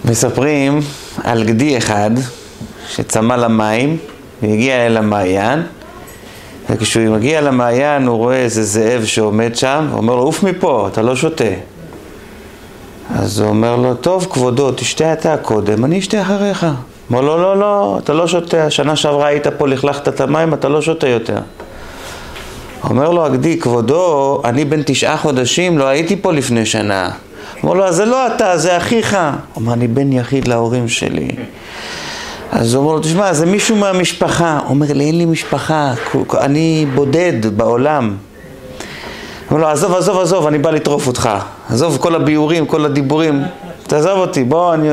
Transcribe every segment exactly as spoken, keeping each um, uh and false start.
מספרים על גדי אחד שצמא למים והגיע אל המעיין, וכשהוא מגיע למעיין הוא רואה איזה זאב שעומד שם, הוא אומר לו, אוף מפה, אתה לא שותה. אז הוא אומר לו, טוב כבודו, תשתה אתה קודם, אני אשתה אחריך. הוא אומר לו, לא, לא, אתה לא שותה, השנה שעברה היית פה, לכלכת את המים, אתה לא שותה יותר. אומר לו הגדי, כבודו, אני בן תשעה חודשים, לא הייתי פה לפני שנה. אומר לו, זה לא אתה, זה אחיך. הוא אומר, אני בן יחיד להורים שלי. אז הוא אומר לו, תשמע, זה מישהו מהמשפחה. הוא אומר לי, אין לי משפחה, אני בודד בעולם. הוא אומר לו, עזוב, עזוב, עזוב, אני בא לטרוף אותך. עזוב כל הביורים, כל הדיבורים. תעזוב אותי, בוא, אני...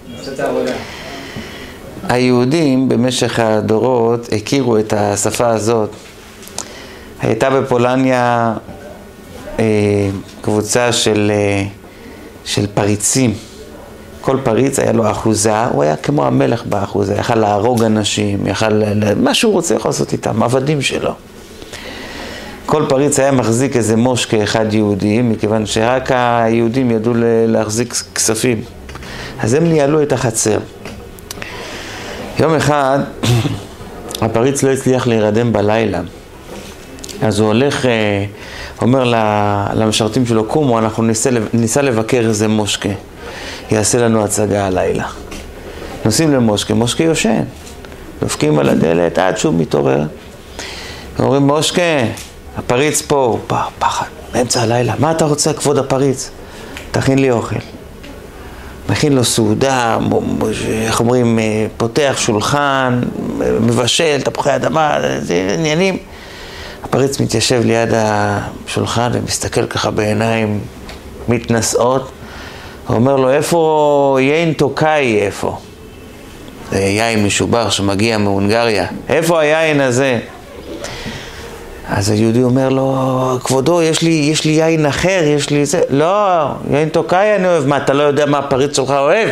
היהודים במשך הדורות הכירו את השפה הזאת. הייתה בפולניה אה, קבוצה של, אה, של פריצים. כל פריץ היה לו אחוזה, הוא היה כמו המלך באחוזה, יכל להרוג אנשים, יכל, מה שהוא רוצה יכול לעשות איתם, עבדים שלו. כל פריץ היה מחזיק איזה מושקה אחד יהודי, מכיוון שרק היהודים ידעו להחזיק כספים. אז הם ניהלו את החצר. יום אחד הפריץ לא הצליח להירדם בלילה. אז הוא הולך, אומר למשרתים שלו, קומו, אנחנו ניסה, ניסה לבקר איזה מושקה. יעשה לנו הצגה הלילה. נוסעים למושקה, מושקה יושן. דופקים על הדלת עד שהוא מתעורר. אומרים, מושקה, הפריץ פה, הוא פחד, באמצע הלילה. מה אתה רוצה, כבוד הפריץ? תכין לי אוכל. מכין לו סעודה, איך אומרים, פותח שולחן, מבשל, תפוחי אדמה, זה עניינים. הפריץ מתיישב ליד השולחן ומסתכל ככה בעיניים מתנשאות. הוא אומר לו, איפה יין טוקאי, איפה? זה יין משובח שמגיע מהונגריה. איפה היין הזה? אז היהודי אומר לו, כבודו, יש לי, יש לי יין אחר, יש לי זה. לא, יין טוקאי אני אוהב. מה, אתה לא יודע מה הפריץ שלך אוהב?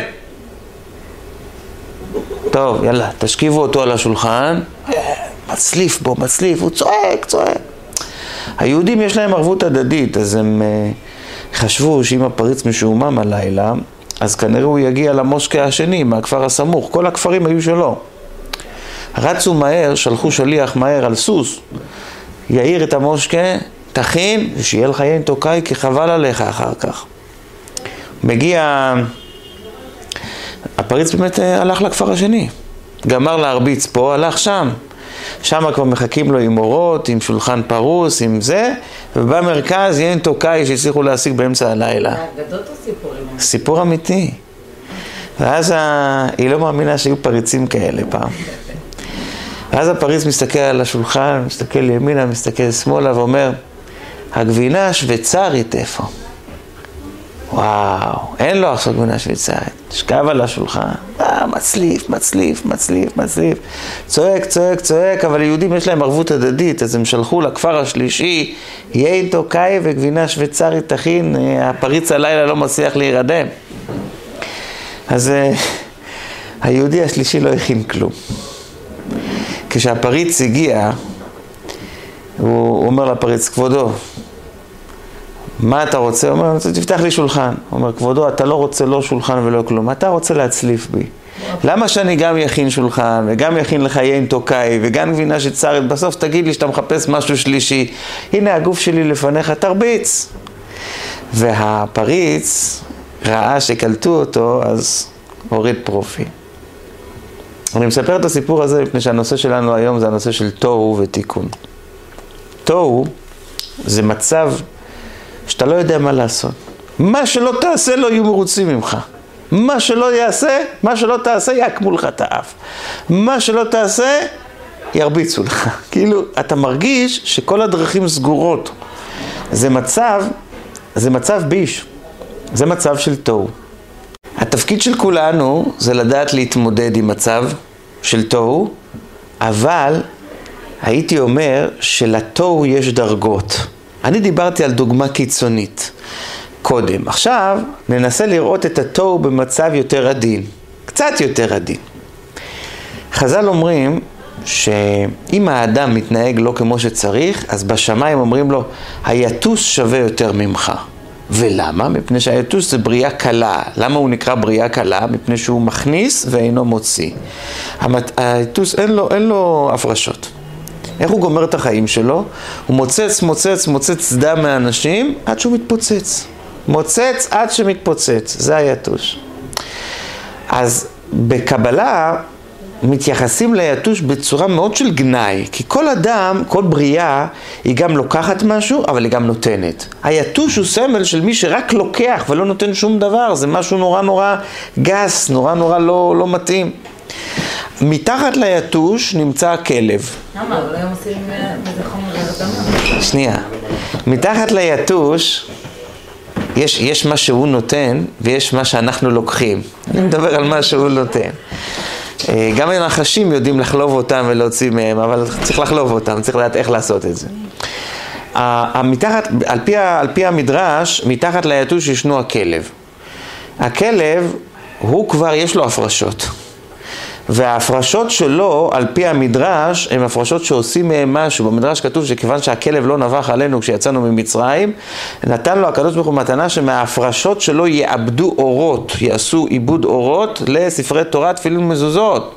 טוב, יאללה, תשכיבו אותו על השולחן. מצליף בו, מצליף, הוא צועק, צועק. היהודים יש להם ערבות הדדית, אז הם חשבו שאם הפריץ משועמם הלילה, אז כנראה הוא יגיע למושקה השני, מהכפר הסמוך. כל הכפרים היו שלו. רצו מהר, שלחו שליח מהר על סוס, יאיר את המושקה, תכין, ושיהיה לך יין טוקאי, כי חבל עליך אחר כך. מגיע, הפריץ באמת הלך לכפר השני. גמר להרביץ פה, הלך שם. שם כבר מחכים לו עם אורות, עם שולחן פרוס, עם זה, ובמרכז יין טוקאי שהצליחו להשיג באמצע הלילה. אגדות או סיפורים? סיפור אמיתי. ואז ה... היא לא מאמינה שהיו פריצים כאלה פעם. ואז הפריץ מסתכל על השולחן, מסתכל לימינה, מסתכל שמאלה ואומר, הגבינה השוויצרית איפה? וואו, אין לו עכשיו גבינה שוויצרית. שכב על השולחן, אה, מצליף, מצליף, מצליף, מצליף. צועק, צועק, צועק, אבל ליהודים יש להם ערבות הדדית, אז הם שלחו לכפר השלישי, יין טוקאי וגבינה שוויצרית תכין, הפריץ הלילה לא מצליח להירדם. אז היהודי השלישי לא הכין כלום. כשהפריץ הגיע, הוא אומר לפריץ, כבודו, מה אתה רוצה? הוא אומר, תפתח לי שולחן. הוא אומר, כבודו, אתה לא רוצה לא שולחן ולא כלום, אתה רוצה להצליף בי. למה שאני גם יכין שולחן, וגם יכין לך יין טוקאי, וגם גבינה שוויצרית, בסוף תגיד לי שאתה מחפש משהו שלישי, הנה הגוף שלי לפניך, תרביץ. והפריץ ראה שקלטו אותו, אז הוריד פרופיל. אני מספר את הסיפור הזה, מפני שהנושא שלנו היום זה הנושא של תוהו ותיקון. תוהו זה מצב שאתה לא יודע מה לעשות. מה שלא תעשה לא יהיו מרוצים ממך. מה שלא יעשה, מה שלא תעשה יעקמו לך את האף. מה שלא תעשה ירביצו לך. כאילו אתה מרגיש שכל הדרכים סגורות. זה מצב, זה מצב ביש. זה מצב של תוהו. התפקיד של כולנו זה לדעת להתמודד עם מצב של תוהו, אבל הייתי אומר שלתוהו יש דרגות. אני דיברתי על דוגמה קיצונית קודם. עכשיו ננסה לראות את התוהו במצב יותר עדין, קצת יותר עדין. חז"ל אומרים שאם האדם מתנהג לא כמו שצריך, אז בשמיים אומרים לו, היתוס שווה יותר ממך. ולמה? מפני שהיתוש זה בריאה קלה. למה הוא נקרא בריאה קלה? מפני שהוא מכניס ואינו מוציא. היתוש אין לו, אין לו הפרשות. איך הוא גומר את החיים שלו? הוא מוצץ, מוצץ, מוצץ דם מהאנשים עד שהוא מתפוצץ. מוצץ עד שמתפוצץ. זה היתוש. אז בקבלה מתייחסים ליתוש בצורה מאוד של גנאי, כי כל אדם, כל בריאה, היא גם לוקחת משהו, אבל היא גם נותנת. היתוש הוא סמל של מי שרק לוקח ולא נותן שום דבר, זה משהו נורא נורא גס, נורא נורא לא, לא מתאים. מתחת ליתוש נמצא הכלב. למה? אבל היום עושים בזה חומר הרדמה. שנייה. מתחת ליתוש יש, יש מה שהוא נותן ויש מה שאנחנו לוקחים. אני מדבר על מה שהוא נותן. גם הנחשים יודעים לחלוב אותם ולהוציא מהם, אבל צריך לחלוב אותם, צריך לדעת איך לעשות את זה. המתחת, על פי, על פי המדרש, מתחת ליתוש ישנו הכלב. הכלב, הוא כבר יש לו הפרשות. וההפרשות שלו, על פי המדרש, הן הפרשות שעושים מהם משהו. במדרש כתוב שכיוון שהכלב לא נבח עלינו כשיצאנו ממצרים, נתן לו הקדוש ברוך הוא מתנה שמההפרשות שלו יאבדו אורות, יעשו עיבוד אורות לספרי תורה, תפילין מזוזות.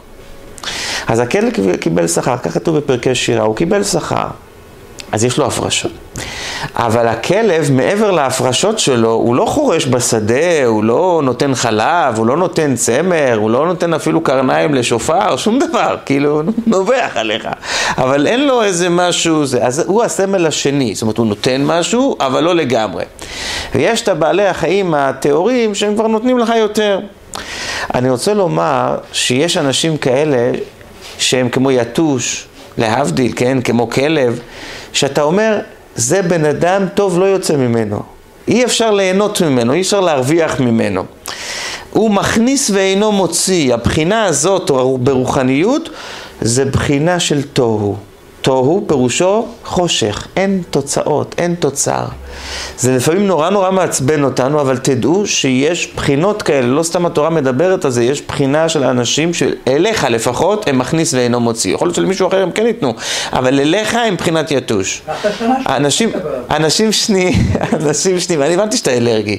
אז הכלב קיבל שכר, כך כתוב בפרקי שירה, הוא קיבל שכר. אז יש לו הפרשות. אבל הכלב, מעבר להפרשות שלו, הוא לא חורש בשדה, הוא לא נותן חלב, הוא לא נותן צמר, הוא לא נותן אפילו קרניים לשופר, שום דבר, כאילו, נובח עליך. אבל אין לו איזה משהו, זה, אז הוא הסמל השני, זאת אומרת, הוא נותן משהו, אבל לא לגמרי. ויש את הבעלי החיים התיאוריים שהם כבר נותנים לך יותר. אני רוצה לומר שיש אנשים כאלה שהם כמו יתוש, להבדיל, כן, כמו כלב, שאתה אומר, זה בן אדם טוב לא יוצא ממנו. אי אפשר ליהנות ממנו, אי אפשר להרוויח ממנו. הוא מכניס ואינו מוציא. הבחינה הזאת, או ברוחניות, זה בחינה של תוהו. תוהו פירושו חושך, אין תוצאות, אין תוצר. זה לפעמים נורא נורא מעצבן אותנו, אבל תדעו שיש בחינות כאלה, לא סתם התורה מדברת על זה, יש בחינה של האנשים שאליך לפחות הם מכניס ואינו מוציא. יכול להיות שלמישהו אחר הם כן ייתנו, אבל אליך הם בחינת יתוש. אנשים, אנשים שני, אנשים שני, ואני הבנתי שאתה אלרגי.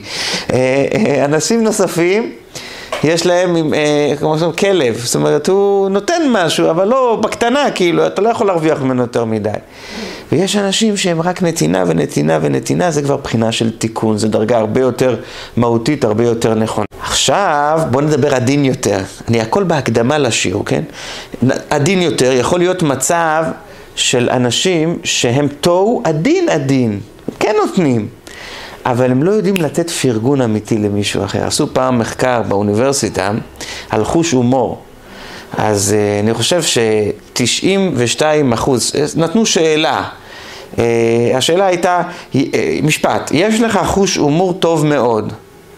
אנשים נוספים, יש להם, כמו שאומרים, כלב, זאת אומרת, הוא נותן משהו, אבל לא בקטנה, כאילו, אתה לא יכול להרוויח ממנו יותר מדי. ויש אנשים שהם רק נתינה ונתינה ונתינה, זה כבר בחינה של תיקון, זה דרגה הרבה יותר מהותית, הרבה יותר נכונה. עכשיו, בוא נדבר עדין יותר. אני הכל בהקדמה לשיעור, כן? עדין יותר, יכול להיות מצב של אנשים שהם תוהו עדין עדין, כן נותנים. אבל הם לא יודעים לתת פרגון אמיתי למישהו אחר. עשו פעם מחקר באוניברסיטה על חוש הומור. אז uh, אני חושב ש-תשעים ושתיים אחוז, נתנו שאלה. Uh, השאלה הייתה, uh, משפט, יש לך חוש הומור טוב מאוד.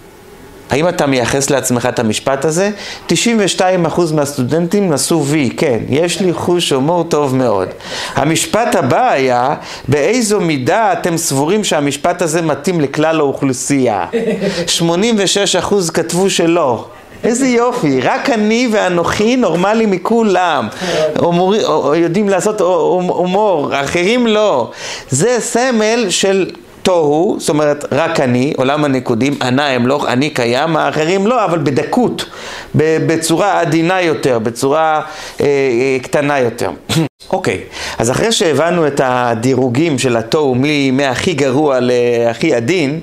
האם אתה מייחס לעצמך את המשפט הזה? תשעים ושתיים אחוז מהסטודנטים נשאו וי, כן, יש לי חוש הומור טוב מאוד. המשפט הבא היה, באיזו מידה אתם סבורים שהמשפט הזה מתאים לכלל האוכלוסייה? שמונים ושש אחוז כתבו שלא. איזה יופי, רק אני ואנוכי נורמלי מכולם. הומור, יודעים לעשות הומור, אחרים לא. זה סמל של תוהו, זאת אומרת, רק אני, עולם הנקודים, אני הם לא, אני קיים, האחרים לא, אבל בדקות, בצורה עדינה יותר, בצורה אה, אה, קטנה יותר. אוקיי, אז אחרי שהבנו את הדירוגים של התוהו, מהכי גרוע להכי עדין,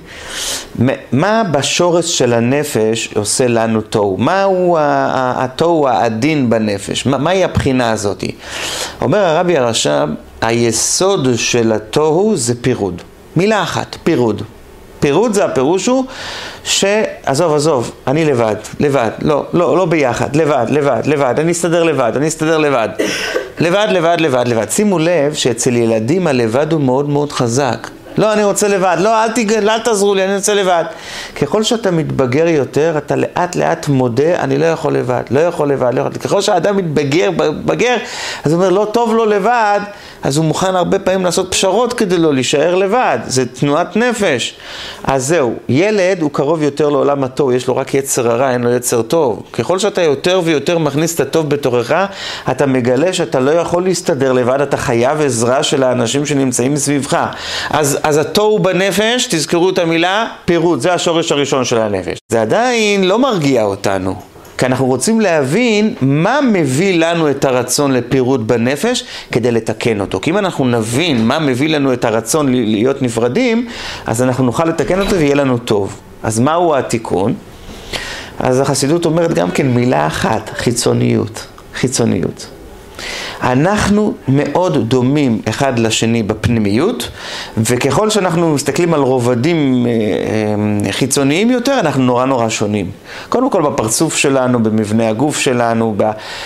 מה בשורש של הנפש עושה לנו תוהו? מהו התוהו העדין בנפש? מה, מהי הבחינה הזאת? אומר הרבי הרש"ב, היסוד של התוהו זה פירוד. מילה אחת, פירוד. פירוד זה הפירוש הוא שעזוב, עזוב, אני לבד, לבד, לא, לא, לא ביחד, לבד, לבד, לבד, אני אסתדר לבד, אני אסתדר לבד. לבד, לבד, לבד, לבד. שימו לב שאצל ילדים הלבד הוא מאוד מאוד חזק. לא, אני רוצה לבד, לא, אל, תג... אל תעזרו לי, אני רוצה לבד. ככל שאתה מתבגר יותר, אתה לאט לאט מודה, אני לא יכול לבד, לא יכול לבד, לא יכול. ככל שהאדם מתבגר, בגר, אז הוא אומר, לא טוב לו לבד, אז הוא מוכן הרבה פעמים לעשות פשרות כדי לא להישאר לבד. זה תנועת נפש. אז זהו, ילד הוא קרוב יותר לעולם הטוב, יש לו רק יצר הרע, אין לו יצר טוב. ככל שאתה יותר ויותר מכניס את הטוב בתוכך, אתה מגלה שאתה לא יכול להסתדר לבד, אתה חייב עזרה של האנשים שנמצאים מסביבך. אז אז התוהו בנפש, תזכרו את המילה, פירוט, זה השורש הראשון של הנפש. זה עדיין לא מרגיע אותנו, כי אנחנו רוצים להבין מה מביא לנו את הרצון לפירוט בנפש כדי לתקן אותו. כי אם אנחנו נבין מה מביא לנו את הרצון להיות נפרדים, אז אנחנו נוכל לתקן אותו ויהיה לנו טוב. אז מהו התיקון? אז החסידות אומרת גם כן מילה אחת, חיצוניות. חיצוניות. אנחנו מאוד דומים אחד לשני בפנימיות, וככל שאנחנו מסתכלים על רובדים חיצוניים יותר, אנחנו נורא נורא שונים. קודם כל בפרצוף שלנו, במבנה הגוף שלנו,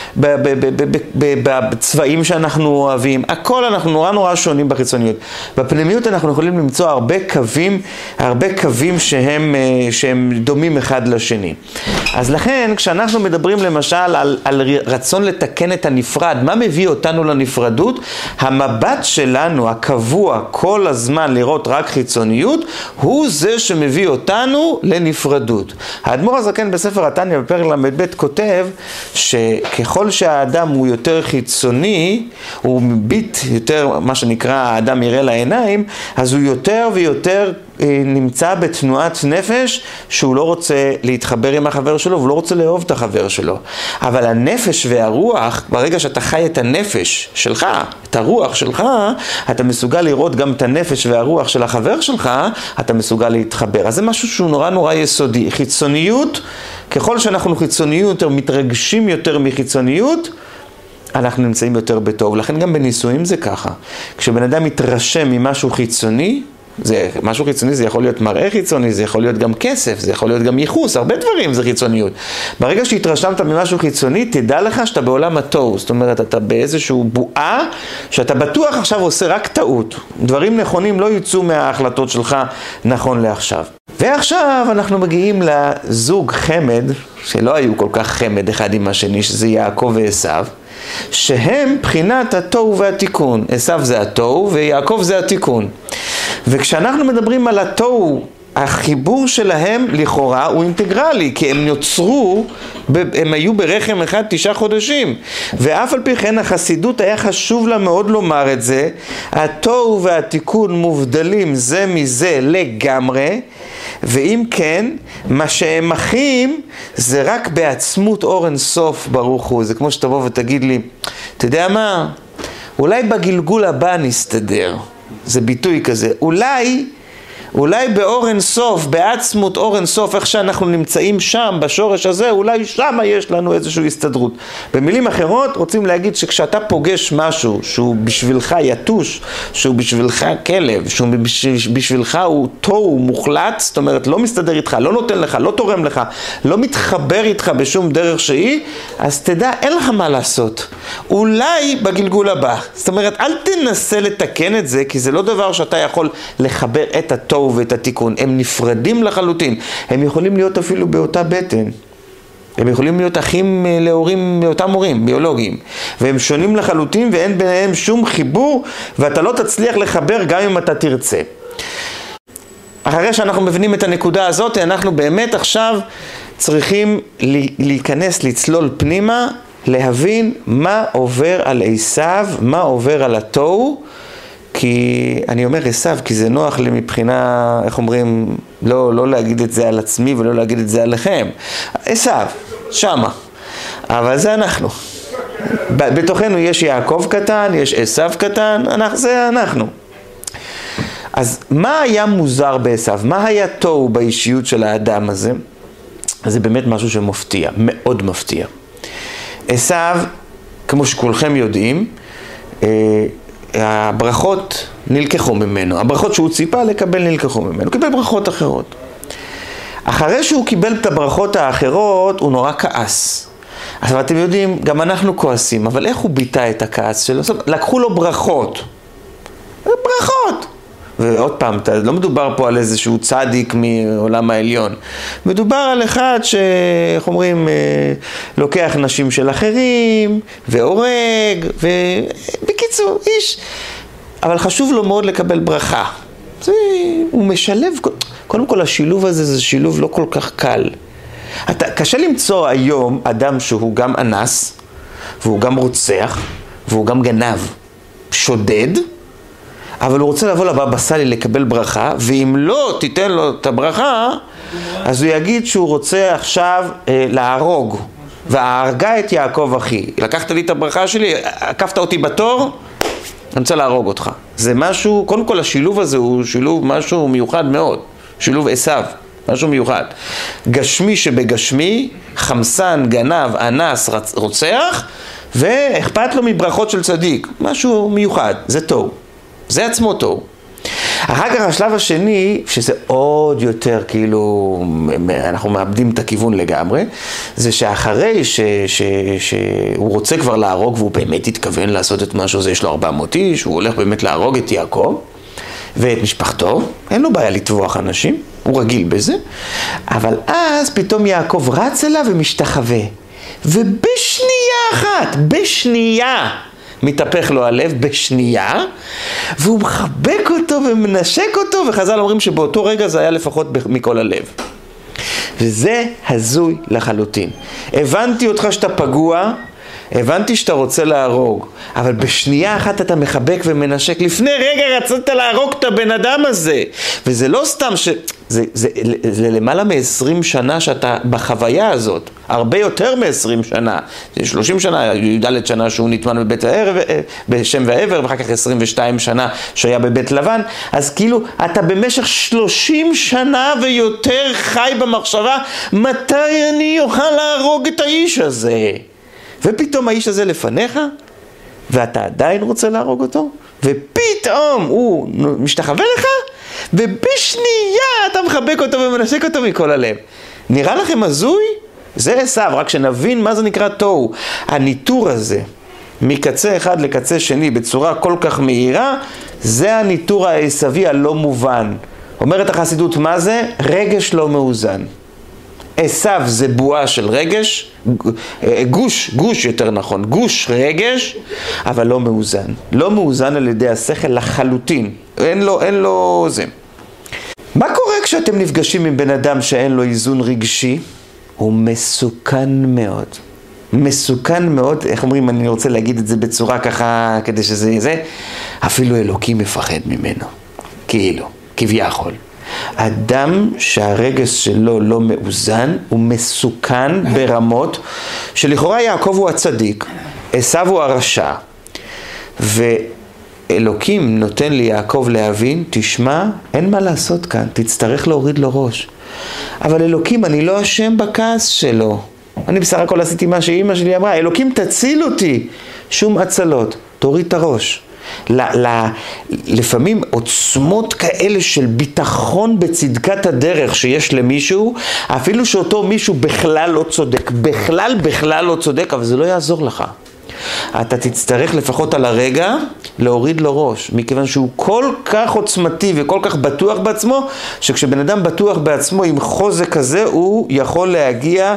בצבעים שאנחנו אוהבים, הכל אנחנו נורא נורא שונים בחיצוניות. בפנימיות אנחנו יכולים למצוא הרבה קווים, הרבה קווים שהם, שהם דומים אחד לשני. אז לכן, כשאנחנו מדברים למשל על, על רצון לתקן את הנפרד, מה מביא אותנו לנפרדות? המבט שלנו הקבוע כל הזמן לראות רק חיצוניות, הוא זה שמביא אותנו לנפרדות. האדמו"ר הזקן בספר התניא בפרק למד ב' כותב שככל שהאדם הוא יותר חיצוני, הוא מביט יותר, מה שנקרא האדם יראה לעיניים, אז הוא יותר ויותר נמצא בתנועת נפש שהוא לא רוצה להתחבר עם החבר שלו, והוא לא רוצה לאהוב את החבר שלו. אבל הנפש והרוח, ברגע שאתה חי את הנפש שלך, את הרוח שלך, אתה מסוגל לראות גם את הנפש והרוח של החבר שלך, אתה מסוגל להתחבר. אז זה משהו שהוא נורא נורא יסודי. חיצוניות, ככל שאנחנו חיצוניות יותר, מתרגשים יותר מחיצוניות, אנחנו נמצאים יותר בטוב. לכן גם בניסויים זה ככה. כשבן אדם מתרשם ממשהו חיצוני, זה משהו חיצוני, זה יכול להיות מראה חיצוני, זה יכול להיות גם כסף, זה יכול להיות גם ייחוס, הרבה דברים זה חיצוניות. ברגע שהתרשמת ממשהו חיצוני, תדע לך שאתה בעולם התוהו, זאת אומרת, אתה באיזשהו בועה, שאתה בטוח עכשיו עושה רק טעות. דברים נכונים לא יצאו מההחלטות שלך נכון לעכשיו. ועכשיו אנחנו מגיעים לזוג חמד, שלא היו כל כך חמד אחד עם השני, שזה יעקב ועשיו, שהם בחינת התוהו והתיקון. עשיו זה התוהו ויעקב זה התיקון. וכשאנחנו מדברים על התוהו, החיבור שלהם לכאורה הוא אינטגרלי, כי הם נוצרו, הם היו ברחם אחד תשעה חודשים. ואף על פי כן החסידות היה חשוב לה מאוד לומר את זה, התוהו והתיקון מובדלים זה מזה לגמרי, ואם כן, מה שהם אחים זה רק בעצמות אור אין סוף ברוך הוא. זה כמו שתבוא ותגיד לי, אתה יודע מה? אולי בגלגול הבא נסתדר. זה ביטוי כזה. אולי, אולי באור אין סוף, בעצמות אור אין סוף, איך שאנחנו נמצאים שם, בשורש הזה, אולי שם יש לנו איזושהי הסתדרות. במילים אחרות, רוצים להגיד שכשאתה פוגש משהו שהוא בשבילך יתוש, שהוא בשבילך כלב, שהוא בשבילך הוא תוהו מוחלט, זאת אומרת, לא מסתדר איתך, לא נותן לך, לא תורם לך, לא מתחבר איתך בשום דרך שהיא, אז תדע, אין לך מה לעשות. אולי בגלגול הבא. זאת אומרת, אל תנסה לתקן את זה, כי זה לא דבר שאתה יכול לחבר את התוהו ואת התיקון. הם נפרדים לחלוטין. הם יכולים להיות אפילו באותה בטן. הם יכולים להיות אחים להורים, לאותם הורים, ביולוגיים. והם שונים לחלוטין ואין ביניהם שום חיבור, ואתה לא תצליח לחבר גם אם אתה תרצה. אחרי שאנחנו מבינים את הנקודה הזאת, אנחנו באמת עכשיו צריכים להיכנס, לצלול פנימה, להבין מה עובר על עשיו, מה עובר על התוהו, כי אני אומר עשיו, כי זה נוח לי מבחינה, איך אומרים, לא, לא להגיד את זה על עצמי ולא להגיד את זה עליכם. עשיו, שמה. אבל זה אנחנו. בתוכנו יש יעקב קטן, יש עשיו קטן, אנחנו, זה אנחנו. אז מה היה מוזר בעשיו? מה היה תוהו באישיות של האדם הזה? זה באמת משהו שמפתיע, מאוד מפתיע. עשיו, כמו שכולכם יודעים, הברכות נלקחו ממנו. הברכות שהוא ציפה לקבל נלקחו ממנו. הוא קיבל ברכות אחרות. אחרי שהוא קיבל את הברכות האחרות, הוא נורא כעס. אז אתם יודעים, גם אנחנו כועסים, אבל איך הוא ביטא את הכעס שלו? לקחו לו ברכות. ברכות. ועוד פעם, לא מדובר פה על איזשהו צדיק מעולם העליון. מדובר על אחד שאיך אומרים, לוקח נשים של אחרים, והורג, ובקיצור, איש. אבל חשוב לו מאוד לקבל ברכה. זה, הוא משלב, קודם כל השילוב הזה זה שילוב לא כל כך קל. אתה, קשה למצוא היום אדם שהוא גם אנס, והוא גם רוצח, והוא גם גנב, שודד, אבל הוא רוצה לבוא לבבא סאלי לקבל ברכה, ואם לא תיתן לו את הברכה, אז הוא יגיד שהוא רוצה עכשיו אה, להרוג, והרגה את יעקב אחי. לקחת לי את הברכה שלי, עקפת אותי בתור, אני רוצה להרוג אותך. זה משהו, קודם כל השילוב הזה הוא שילוב משהו מיוחד מאוד, שילוב עשיו, משהו מיוחד. גשמי שבגשמי, חמסן, גנב, אנס, רוצח, ואכפת לו מברכות של צדיק, משהו מיוחד, זה טוב, זה עצמו טוב. אחר כך השלב השני, שזה עוד יותר כאילו, אנחנו מאבדים את הכיוון לגמרי, זה שאחרי ש, ש, שהוא רוצה כבר להרוג, והוא באמת התכוון לעשות את משהו הזה, יש לו ארבע מאות איש, הוא הולך באמת להרוג את יעקב ואת משפחתו, אין לו בעיה לטבוח אנשים, הוא רגיל בזה, אבל אז פתאום יעקב רץ אליו ומשתחווה, ובשנייה אחת, בשנייה, מתהפך לו הלב בשנייה, והוא מחבק אותו ומנשק אותו, וחז"ל אומרים שבאותו רגע זה היה לפחות מכל הלב. וזה הזוי לחלוטין. הבנתי אותך שאתה פגוע, הבנתי שאתה רוצה להרוג, אבל בשנייה אחת אתה מחבק ומנשק. לפני רגע רצית להרוג את הבן אדם הזה, וזה לא סתם ש... זה, זה, זה, זה למעלה מ-עשרים שנה שאתה בחוויה הזאת, הרבה יותר מ-עשרים שנה, זה שלושים שנה, י"ד שנה שהוא נטמן בבית הערב, בשם והעבר, ואחר כך עשרים ושתיים שנה שהיה בבית לבן, אז כאילו אתה במשך שלושים שנה ויותר חי במחשבה, מתי אני אוכל להרוג את האיש הזה? ופתאום האיש הזה לפניך, ואתה עדיין רוצה להרוג אותו, ופתאום הוא משתחווה לך, ובשנייה אתה מחבק אותו ומנשק אותו מכל הלב. נראה לכם הזוי? זה עשיו, רק שנבין מה זה נקרא תוהו. הניטור הזה, מקצה אחד לקצה שני, בצורה כל כך מהירה, זה הניטור העשוי הלא מובן. אומרת החסידות, מה זה? רגש לא מאוזן. עשיו זה בועה של רגש, גוש, גוש יותר נכון, גוש רגש, אבל לא מאוזן. לא מאוזן על ידי השכל לחלוטין. אין לו, אין לו זה. מה קורה כשאתם נפגשים עם בן אדם שאין לו איזון רגשי? הוא מסוכן מאוד. מסוכן מאוד, איך אומרים, אני רוצה להגיד את זה בצורה ככה, כדי שזה יהיה זה, אפילו אלוקים מפחד ממנו. כאילו, כביכול. אדם שהרגש שלו לא מאוזן, הוא מסוכן ברמות, שלכאורה יעקב הוא הצדיק, עשיו הוא הרשע, ואלוקים נותן ליעקב להבין, תשמע, אין מה לעשות כאן, תצטרך להוריד לו ראש. אבל אלוקים, אני לא אשם בכעס שלו. אני בסך הכל עשיתי מה שאמא שלי אמרה, אלוקים תציל אותי. שום הצלות, תוריד את הראש. ל- ל- לפעמים עוצמות כאלה של ביטחון בצדקת הדרך שיש למישהו, אפילו שאותו מישהו בכלל לא צודק, בכלל בכלל לא צודק, אבל זה לא יעזור לך. אתה תצטרך לפחות על הרגע להוריד לו ראש, מכיוון שהוא כל כך עוצמתי וכל כך בטוח בעצמו, שכשבן אדם בטוח בעצמו עם חוזק כזה, הוא יכול להגיע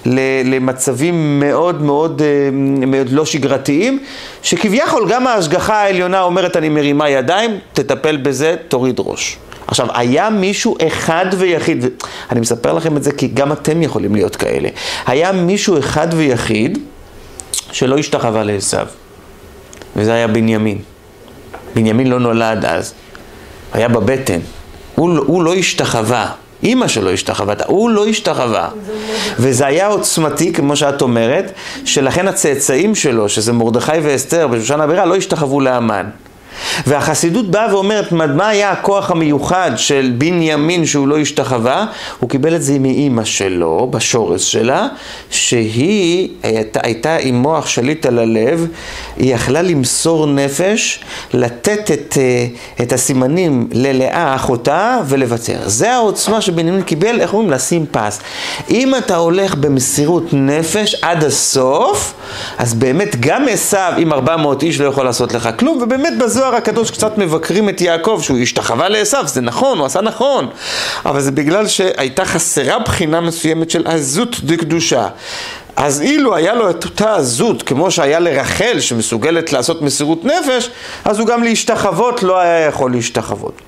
למצבים מאוד מאוד, מאוד לא שגרתיים, שכביכול גם ההשגחה העליונה אומרת אני מרימה ידיים, תטפל בזה, תוריד ראש. עכשיו, היה מישהו אחד ויחיד, אני מספר לכם את זה כי גם אתם יכולים להיות כאלה, היה מישהו אחד ויחיד, שלא השתחווה לעשיו, וזה היה בנימין. בנימין לא נולד אז, היה בבטן, הוא, הוא לא השתחווה, אמא שלו השתחווה, הוא לא השתחווה, וזה היה עוצמתי כמו שאת אומרת, שלכן הצאצאים שלו, שזה מרדכי ואסתר בשושן הבירה, לא השתחוו להמן. והחסידות באה ואומרת, מה היה הכוח המיוחד של בנימין שהוא לא השתחווה? הוא קיבל את זה מאמא שלו, בשורש שלה, שהיא הייתה, הייתה עם מוח שליט על הלב, היא יכלה למסור נפש, לתת את, את הסימנים ללאה אחותה ולוותר. זה העוצמה שבנימין קיבל, איך אומרים? לשים פס. אם אתה הולך במסירות נפש עד הסוף, אז באמת גם עשיו עם ארבע מאות איש לא יכול לעשות לך כלום, ובאמת בזוהר הקדוש קצת מבקרים את יעקב שהוא השתחווה לעשיו, זה נכון, הוא עשה נכון, אבל זה בגלל שהייתה חסרה בחינה מסוימת של עזות דקדושה. אז אילו היה לו את אותה עזות כמו שהיה לרחל שמסוגלת לעשות מסירות נפש, אז הוא גם להשתחוות לא היה יכול להשתחוות.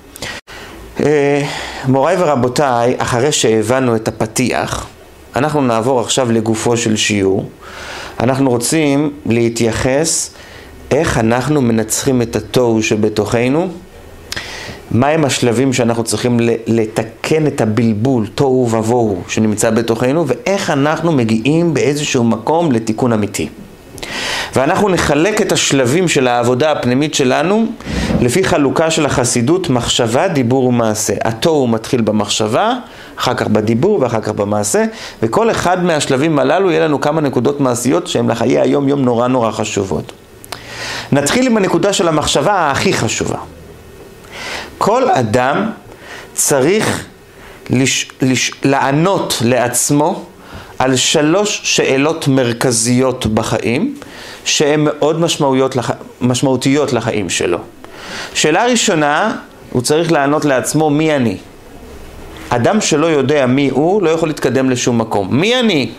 מוריי ורבותיי, אחרי שהבנו את הפתיח, אנחנו נעבור עכשיו לגופו של שיעור. אנחנו רוצים להתייחס איך אנחנו מנצחים את התוהו שבתוכנו מהם השלבים שאנחנו צריכים לתקן את הבלבול, תוהו ובוהו, שנמצא בתוכנו, ואיך אנחנו מגיעים באיזשהו מקום לתיקון אמיתי. ואנחנו נחלק את השלבים של העבודה הפנימית שלנו לפי חלוקה של החסידות, מחשבה, דיבור ומעשה. התוהו מתחיל במחשבה, אחר כך בדיבור ואחר כך במעשה, וכל אחד מהשלבים הללו יהיה לנו כמה נקודות מעשיות שהן לחיי היום יום נורא נורא חשובות. נתחיל עם הנקודה של המחשבה הכי חשובה. כל אדם צריך לש, לש, לענות לעצמו על שלוש שאלות מרכזיות בחיים, שהן מאוד משמעותיות, לח... משמעותיות לחיים שלו. שאלה ראשונה, הוא צריך לענות לעצמו מי אני. אדם שלא יודע מי הוא, לא יכול להתקדם לשום מקום. מי אני?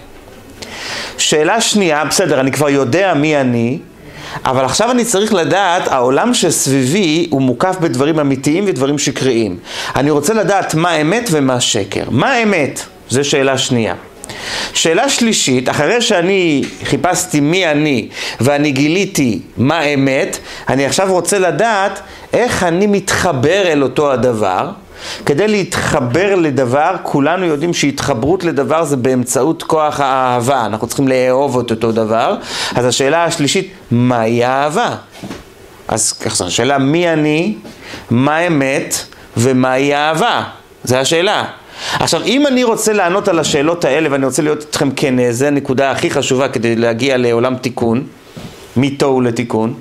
שאלה שנייה, בסדר, אני כבר יודע מי אני, אבל עכשיו אני צריך לדעת, העולם שסביבי הוא מוקף בדברים אמיתיים ודברים שקריים. אני רוצה לדעת מה אמת ומה שקר. מה אמת? זו שאלה שנייה. שאלה שלישית, אחרי שאני חיפשתי מי אני ואני גיליתי מה אמת, אני עכשיו רוצה לדעת איך אני מתחבר אל אותו הדבר. כדי להתחבר לדבר, כולנו יודעים שהתחברות לדבר זה באמצעות כוח האהבה. אנחנו צריכים לאהוב את אותו דבר. אז השאלה השלישית, מהי האהבה? אז ככה, השאלה מי אני, מה אמת ומהי האהבה? זו השאלה. עכשיו, אם אני רוצה לענות על השאלות האלה, ואני רוצה להיות איתכם כן, זו הנקודה הכי חשובה כדי להגיע לעולם תיקון, מתוהו לתיקון,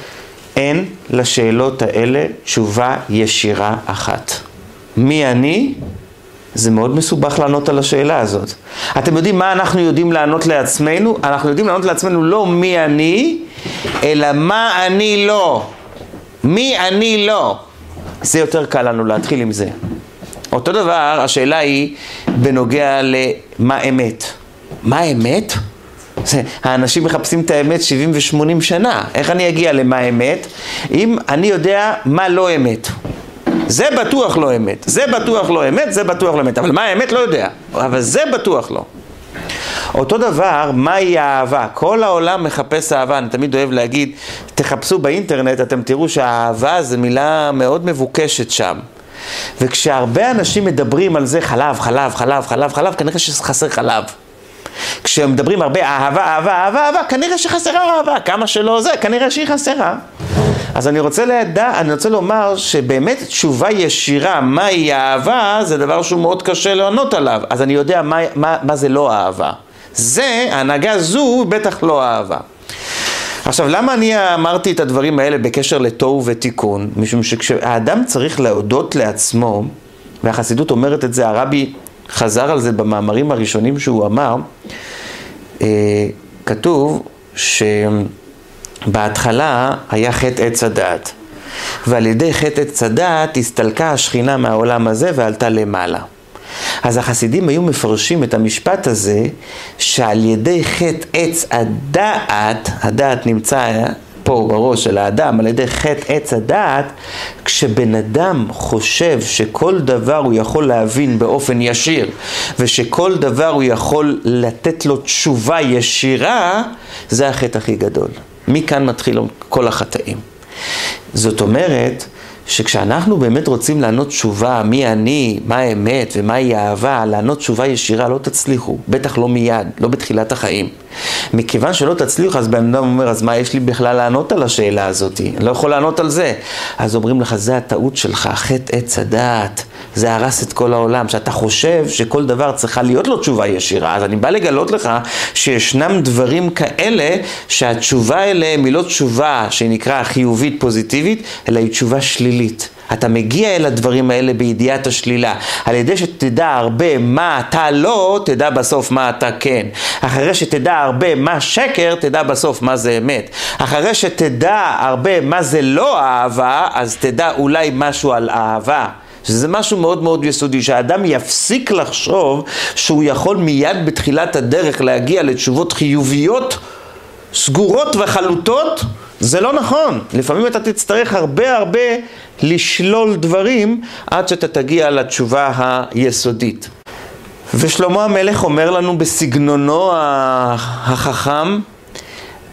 אין לשאלות האלה תשובה ישירה אחת. מי אני? זה מאוד מסובך לענות על השאלה הזאת. אתם יודעים מה אנחנו יודעים לענות לעצמנו? אנחנו יודעים לענות לעצמנו לא מי אני, אלא מה אני לא. מי אני לא. זה יותר קל לנו להתחיל עם זה. אותו דבר, השאלה היא בנוגע למה אמת. מה אמת? זה, האנשים מחפשים את האמת שבעים ושמונים שנה. איך אני אגיע למה אמת? אם אני יודע מה לא אמת. זה בטוח לא אמת. זה בטוח לא אמת, זה בטוח לא אמת. אבל מה האמת לא יודע. אבל זה בטוח לא. אותו דבר, מהי האהבה? כל העולם מחפש אהבה. אני תמיד אוהב להגיד, תחפשו באינטרנט, אתם תראו שהאהבה זה מילה מאוד מבוקשת שם. וכשהרבה אנשים מדברים על זה חלב, חלב, חלב, חלב, חלב, כנראה שחסר חלב. כשהם מדברים הרבה אהבה, אהבה, אהבה, אהבה, כנראה שחסרה אהבה. כמה שלא זה, כנראה שהיא חסרה. אז אני רוצה לדע, אני רוצה לומר שבאמת תשובה ישירה, מהי האהבה, זה דבר שהוא מאוד קשה לענות עליו. אז אני יודע מה, מה, מה זה לא אהבה. זה, ההנהגה זו, בטח לא אהבה. עכשיו, למה אני אמרתי את הדברים האלה בקשר לתוהו ותיקון? משום שכשהאדם צריך להודות לעצמו, והחסידות אומרת את זה, הרבי חזר על זה במאמרים הראשונים שהוא אמר, אה, כתוב שבהתחלה היה חטא עץ הדעת, ועל ידי חטא עץ הדעת הסתלקה השכינה מהעולם הזה ועלתה למעלה. אז החסידים היו מפרשים את המשפט הזה, שעל ידי חטא עץ הדעת, הדעת נמצא פה בראש של האדם, על ידי חטא עץ הדעת, כשבן אדם חושב שכל דבר הוא יכול להבין באופן ישיר, ושכל דבר הוא יכול לתת לו תשובה ישירה, זה החטא הכי גדול. מכאן מתחיל כל החטאים. זאת אומרת, שכשאנחנו באמת רוצים לענות תשובה, מי אני, מה האמת ומהי האהבה, לענות תשובה ישירה, לא תצליחו, בטח לא מיד, לא בתחילת החיים. מכיוון שלא תצליחו, אז בן אדם אומר, אז מה יש לי בכלל לענות על השאלה הזאת? אני לא יכול לענות על זה. אז אומרים לך, זה הטעות שלך, חטא עץ הדעת, זה הרס את כל העולם, שאתה חושב שכל דבר צריכה להיות לו תשובה ישירה. אז אני בא לגלות לך שישנם דברים כאלה, שהתשובה אליהם היא לא תשובה שנקרא חיובית פוזיטיבית, אלא היא תשובה שלילית. אתה מגיע אל הדברים האלה בידיעת השלילה. על ידי שתדע הרבה מה אתה לא, תדע בסוף מה אתה כן. אחרי שתדע הרבה מה שקר, תדע בסוף מה זה אמת. אחרי שתדע הרבה מה זה לא אהבה, אז תדע אולי משהו על אהבה. שזה משהו מאוד מאוד יסודי, שהאדם יפסיק לחשוב שהוא יכול מיד בתחילת הדרך להגיע לתשובות חיוביות, סגורות וחלוטות. זה לא נכון. לפעמים אתה תצטרך הרבה הרבה לשלול דברים עד שאתה תגיע לתשובה היסודית. ושלמה המלך אומר לנו בסגנונו החכם,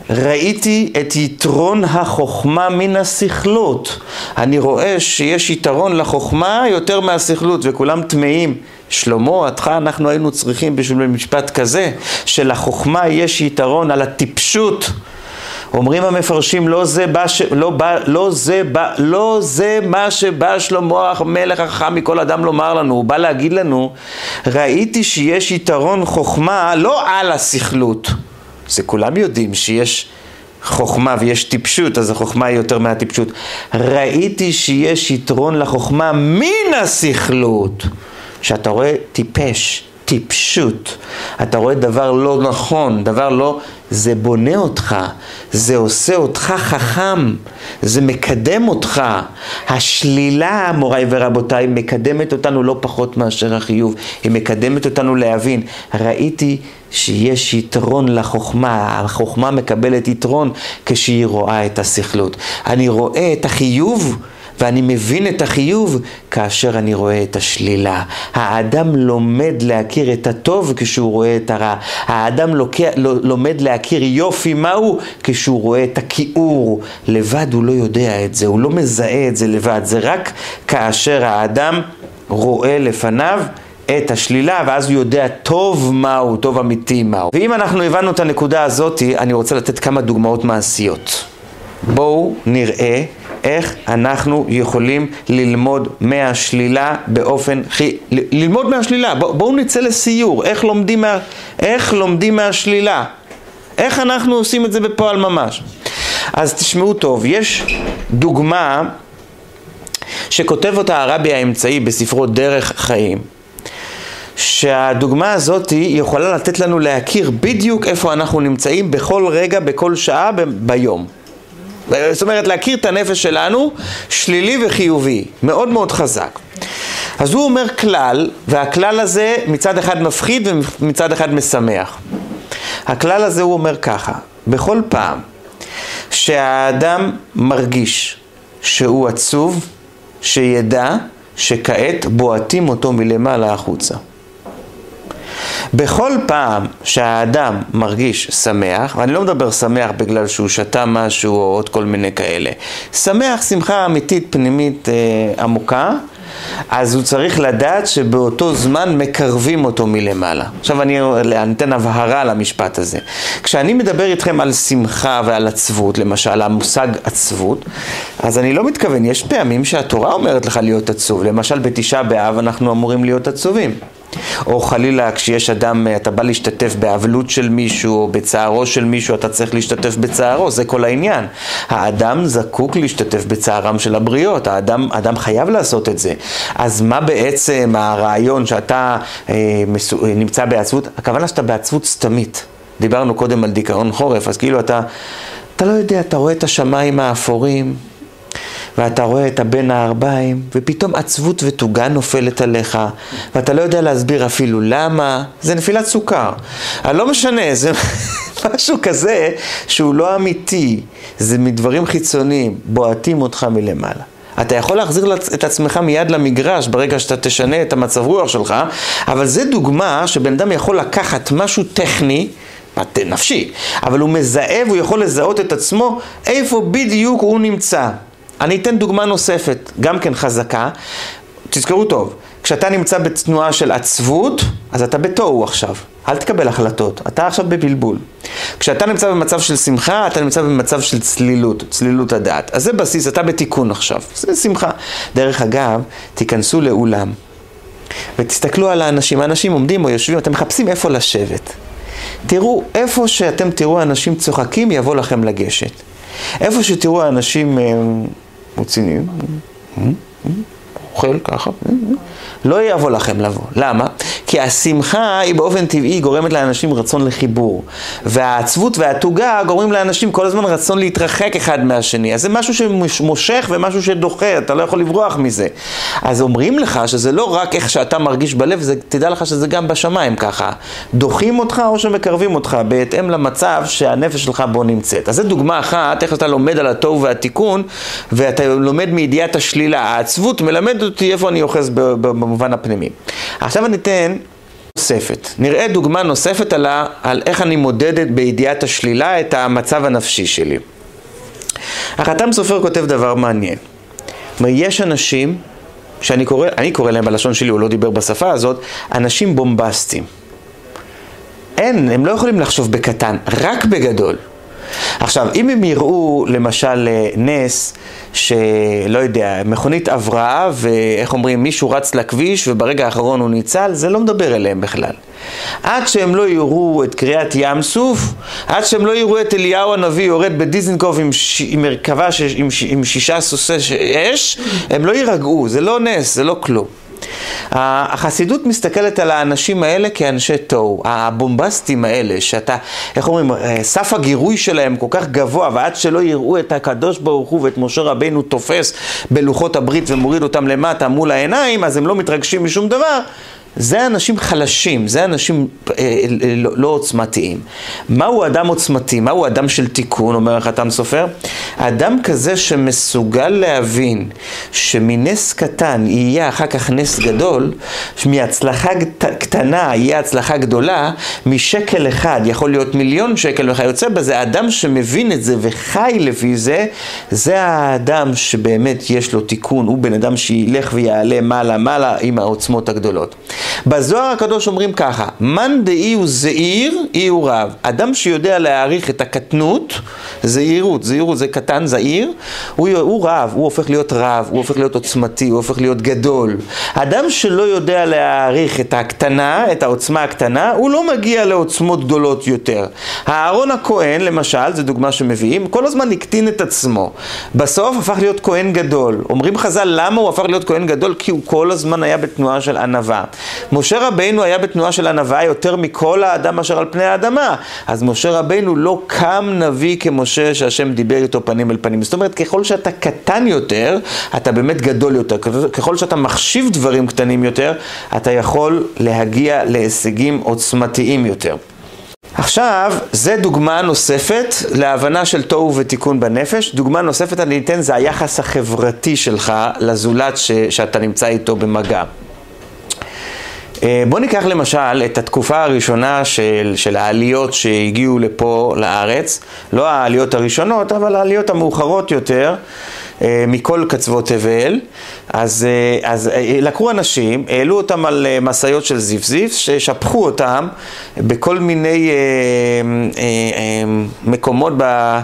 ראיתי את יתרון החוכמה מן הסכלות. אני רואה שיש יתרון לחוכמה יותר מהסכלות, וכולם תמאים. שלמה, עתך אנחנו היינו צריכים בשביל משפט כזה, שלחוכמה יש יתרון על הטיפשות. אומרים המפרשים, לא זה בא ש... לא בא... לא זה בא... לא זה מה שבא שלמה המלך החכם מכל אדם לומר לנו. הוא בא להגיד לנו, ראיתי שיש יתרון חוכמה לא על הסכלות. זה כולם יודעים שיש חוכמה ויש טיפשות, אז החוכמה היא יותר מהטיפשות. ראיתי שיש יתרון לחוכמה מן הסכלות. שאתה רואה טיפש, טיפשות, אתה רואה דבר לא נכון, דבר לא, זה בונה אותך, זה עושה אותך חכם, זה מקדם אותך. השלילה, מוריי ורבותיי, מקדמת אותנו לא פחות מאשר החיוב, היא מקדמת אותנו להבין. ראיתי שיש יתרון לחוכמה, החוכמה מקבלת יתרון כשהיא רואה את הסכלות. אני רואה את החיוב, ואני מבין את החיוב כאשר אני רואה את השלילה. האדם לומד להכיר את הטוב כשהוא רואה את הרע. האדם לוקח, לומד להכיר יופי מהו כשהוא רואה את הכיעור. לבד הוא לא יודע את זה, הוא לא מזהה את זה לבד. זה רק כאשר האדם רואה לפניו את השלילה, ואז הוא יודע טוב מהו, טוב אמיתי מהו. ואם אנחנו הבנו את הנקודה הזאת, אני רוצה לתת כמה דוגמאות מעשיות. בואו נראה איך אנחנו יכולים ללמוד מהשלילה באופן חי... ללמוד מהשלילה. בוא, בואו נצא לסיור. איך לומדים, מה... איך לומדים מהשלילה? איך אנחנו עושים את זה בפועל ממש? אז תשמעו טוב, יש דוגמה שכותב אותה הרבי האמצעי בספרו דרך חיים. שהדוגמה הזאת יכולה לתת לנו להכיר בדיוק איפה אנחנו נמצאים בכל רגע, בכל שעה ב... ביום. זאת אומרת, להכיר את הנפש שלנו, שלילי וחיובי, מאוד מאוד חזק. אז הוא אומר כלל, והכלל הזה מצד אחד מפחיד ומצד אחד משמח. הכלל הזה הוא אומר ככה, בכל פעם שהאדם מרגיש שהוא עצוב, שידע שכעת בועטים אותו מלמעלה החוצה. בכל פעם שהאדם מרגיש שמח, ואני לא מדבר שמח בגלל שהוא שתה משהו או עוד כל מיני כאלה, שמח, שמחה אמיתית, פנימית, אה, עמוקה, אז הוא צריך לדעת שבאותו זמן מקרבים אותו מלמעלה. עכשיו אני אתן הבהרה למשפט הזה. כשאני מדבר איתכם על שמחה ועל עצבות, למשל המושג עצבות, אז אני לא מתכוון, יש פעמים שהתורה אומרת לך להיות עצוב. למשל בתשעה באב אנחנו אמורים להיות עצובים. או חלילה כשיש אדם, אתה בא להשתתף באבלות של מישהו או בצערו של מישהו, אתה צריך להשתתף בצערו, זה כל העניין. האדם זקוק להשתתף בצערם של הבריות, האדם, האדם חייב לעשות את זה. אז מה בעצם הרעיון שאתה אה, מסו, נמצא בעצבות? הכוונה שאתה בעצבות סתמית. דיברנו קודם על דיכאון חורף, אז כאילו אתה, אתה לא יודע, אתה רואה את השמיים האפורים, ואתה רואה את הבן הארבעים, ופתאום עצבות ותוגה נופלת עליך, ואתה לא יודע להסביר אפילו למה, זה נפילת סוכר. אבל לא משנה, זה משהו כזה שהוא לא אמיתי, זה מדברים חיצוניים, בועטים אותך מלמעלה. אתה יכול להחזיר את עצמך מיד למגרש ברגע שאתה תשנה את המצב רוח שלך, אבל זה דוגמה שבן אדם יכול לקחת משהו טכני, נפשי, אבל הוא מזהה והוא יכול לזהות את עצמו איפה בדיוק הוא נמצא. אני אתן דוגמה נוספת, גם כן חזקה. תזכרו טוב, כשאתה נמצא בתנועה של עצבות, אז אתה בתוהו עכשיו. אל תקבל החלטות, אתה עכשיו בבלבול. כשאתה נמצא במצב של שמחה, אתה נמצא במצב של צלילות, צלילות הדעת. אז זה בסיס, אתה בתיקון עכשיו, זה שמחה. דרך אגב, תיכנסו לאולם, ותסתכלו על האנשים, האנשים עומדים או יושבים, אתם מחפשים איפה לשבת. תראו, איפה שאתם תראו אנשים צוחקים, יבוא לכם לגשת. איפה שתראו האנשים מוצאים, אוכל ככה, לא יבוא לכם לבוא. למה? כי השמחה היא באופן טבעי גורמת לאנשים רצון לחיבור. והעצבות והתוגה גורמים לאנשים כל הזמן רצון להתרחק אחד מהשני. אז זה משהו שמושך ומשהו שדוחה, אתה לא יכול לברוח מזה. אז אומרים לך שזה לא רק איך שאתה מרגיש בלב, זה, תדע לך שזה גם בשמיים ככה. דוחים אותך או שמקרבים אותך בהתאם למצב שהנפש שלך בו נמצאת. אז זו דוגמה אחת, איך אתה לומד על התוהו והתיקון, ואתה לומד מידיעת השלילה. העצבות מלמד אותי איפה אני אוחז במובן הפנימי. עכשיו אני אתן נוספת. נראה דוגמה נוספת על, ה, על איך אני מודדת בידיעת השלילה את המצב הנפשי שלי. החתם סופר כותב דבר מעניין. יש אנשים, שאני קורא, אני קורא להם בלשון שלי, הוא לא דיבר בשפה הזאת, אנשים בומבסטיים. אין, הם לא יכולים לחשוב בקטן, רק בגדול. עכשיו, אם הם יראו למשל נס שלא יודע, מכונית עברה ואיך אומרים, מישהו רץ לכביש וברגע האחרון הוא ניצל, זה לא מדבר אליהם בכלל. עד שהם לא יראו את קריאת ים סוף, עד שהם לא יראו את אליהו הנביא יורד בדיזנגוף עם, ש... עם מרכבה ש... עם, ש... עם שישה סוסי אש, הם לא יירגעו, זה לא נס, זה לא כלום. החסידות מסתכלת על האנשים האלה כאנשי תוהו, הבומבסטים האלה, שאתה, איך אומרים, סף הגירוי שלהם כל כך גבוה, ועד שלא יראו את הקדוש ברוך הוא ואת משה רבינו תופס בלוחות הברית ומוריד אותם למטה מול העיניים, אז הם לא מתרגשים משום דבר. זה אנשים חלשים, זה אנשים אה, לא, לא עוצמתיים. מהו אדם עוצמתי? מהו אדם של תיקון, אומר החתם סופר? האדם כזה שמסוגל להבין שמנס קטן יהיה אחר כך נס גדול, מהצלחה קטנה יהיה הצלחה גדולה, משקל אחד יכול להיות מיליון שקל וכיוצא בזה. האדם שמבין את זה וחי לפי זה, זה האדם שבאמת יש לו תיקון, הוא בן אדם שילך ויעלה מעלה מעלה עם העוצמות הגדולות. בזוהר הקדוש אומרים ככה, מן דאי הוא זעיר, אי הוא רב. אדם שיודע להעריך את הקטנות, זעירות, זעירות זה קטן, זעיר, הוא, הוא רב, הוא הופך להיות רב, הוא הופך להיות עוצמתי, הוא הופך להיות גדול. אדם שלא יודע להעריך את הקטנה, את העוצמה הקטנה, הוא לא מגיע לעוצמות גדולות יותר. הארון הכהן, למשל, זו דוגמה שמביאים, כל הזמן הקטין את עצמו. בסוף הפך להיות כהן גדול. אומרים חז"ל, למה הוא הפך להיות כהן גדול? כי הוא כל הזמן היה בתנועה של ענווה. משה רבינו היה בתנועה של ענווה יותר מכל האדם אשר על פני האדמה. אז משה רבינו לא קם נביא כמשה שהשם דיבר איתו פנים אל פנים. זאת אומרת, ככל שאתה קטן יותר, אתה באמת גדול יותר. ככל שאתה מחשיב דברים קטנים יותר, אתה יכול להגיע להישגים עוצמתיים יותר. עכשיו, זה דוגמה נוספת להבנה של תוהו ותיקון בנפש. דוגמה נוספת אני אתן, זה היחס החברתי שלך לזולת ש- שאתה נמצא איתו במגע. בוא ניקח למשל את התקופה הראשונה של, של העליות שהגיעו לפה לארץ, לא העליות הראשונות, אבל העליות המאוחרות יותר, מכל קצוות תבל. אז, אז לקחו אנשים, העלו אותם על מסעיות של זיף-זיף, ששפכו אותם בכל מיני מקומות ב...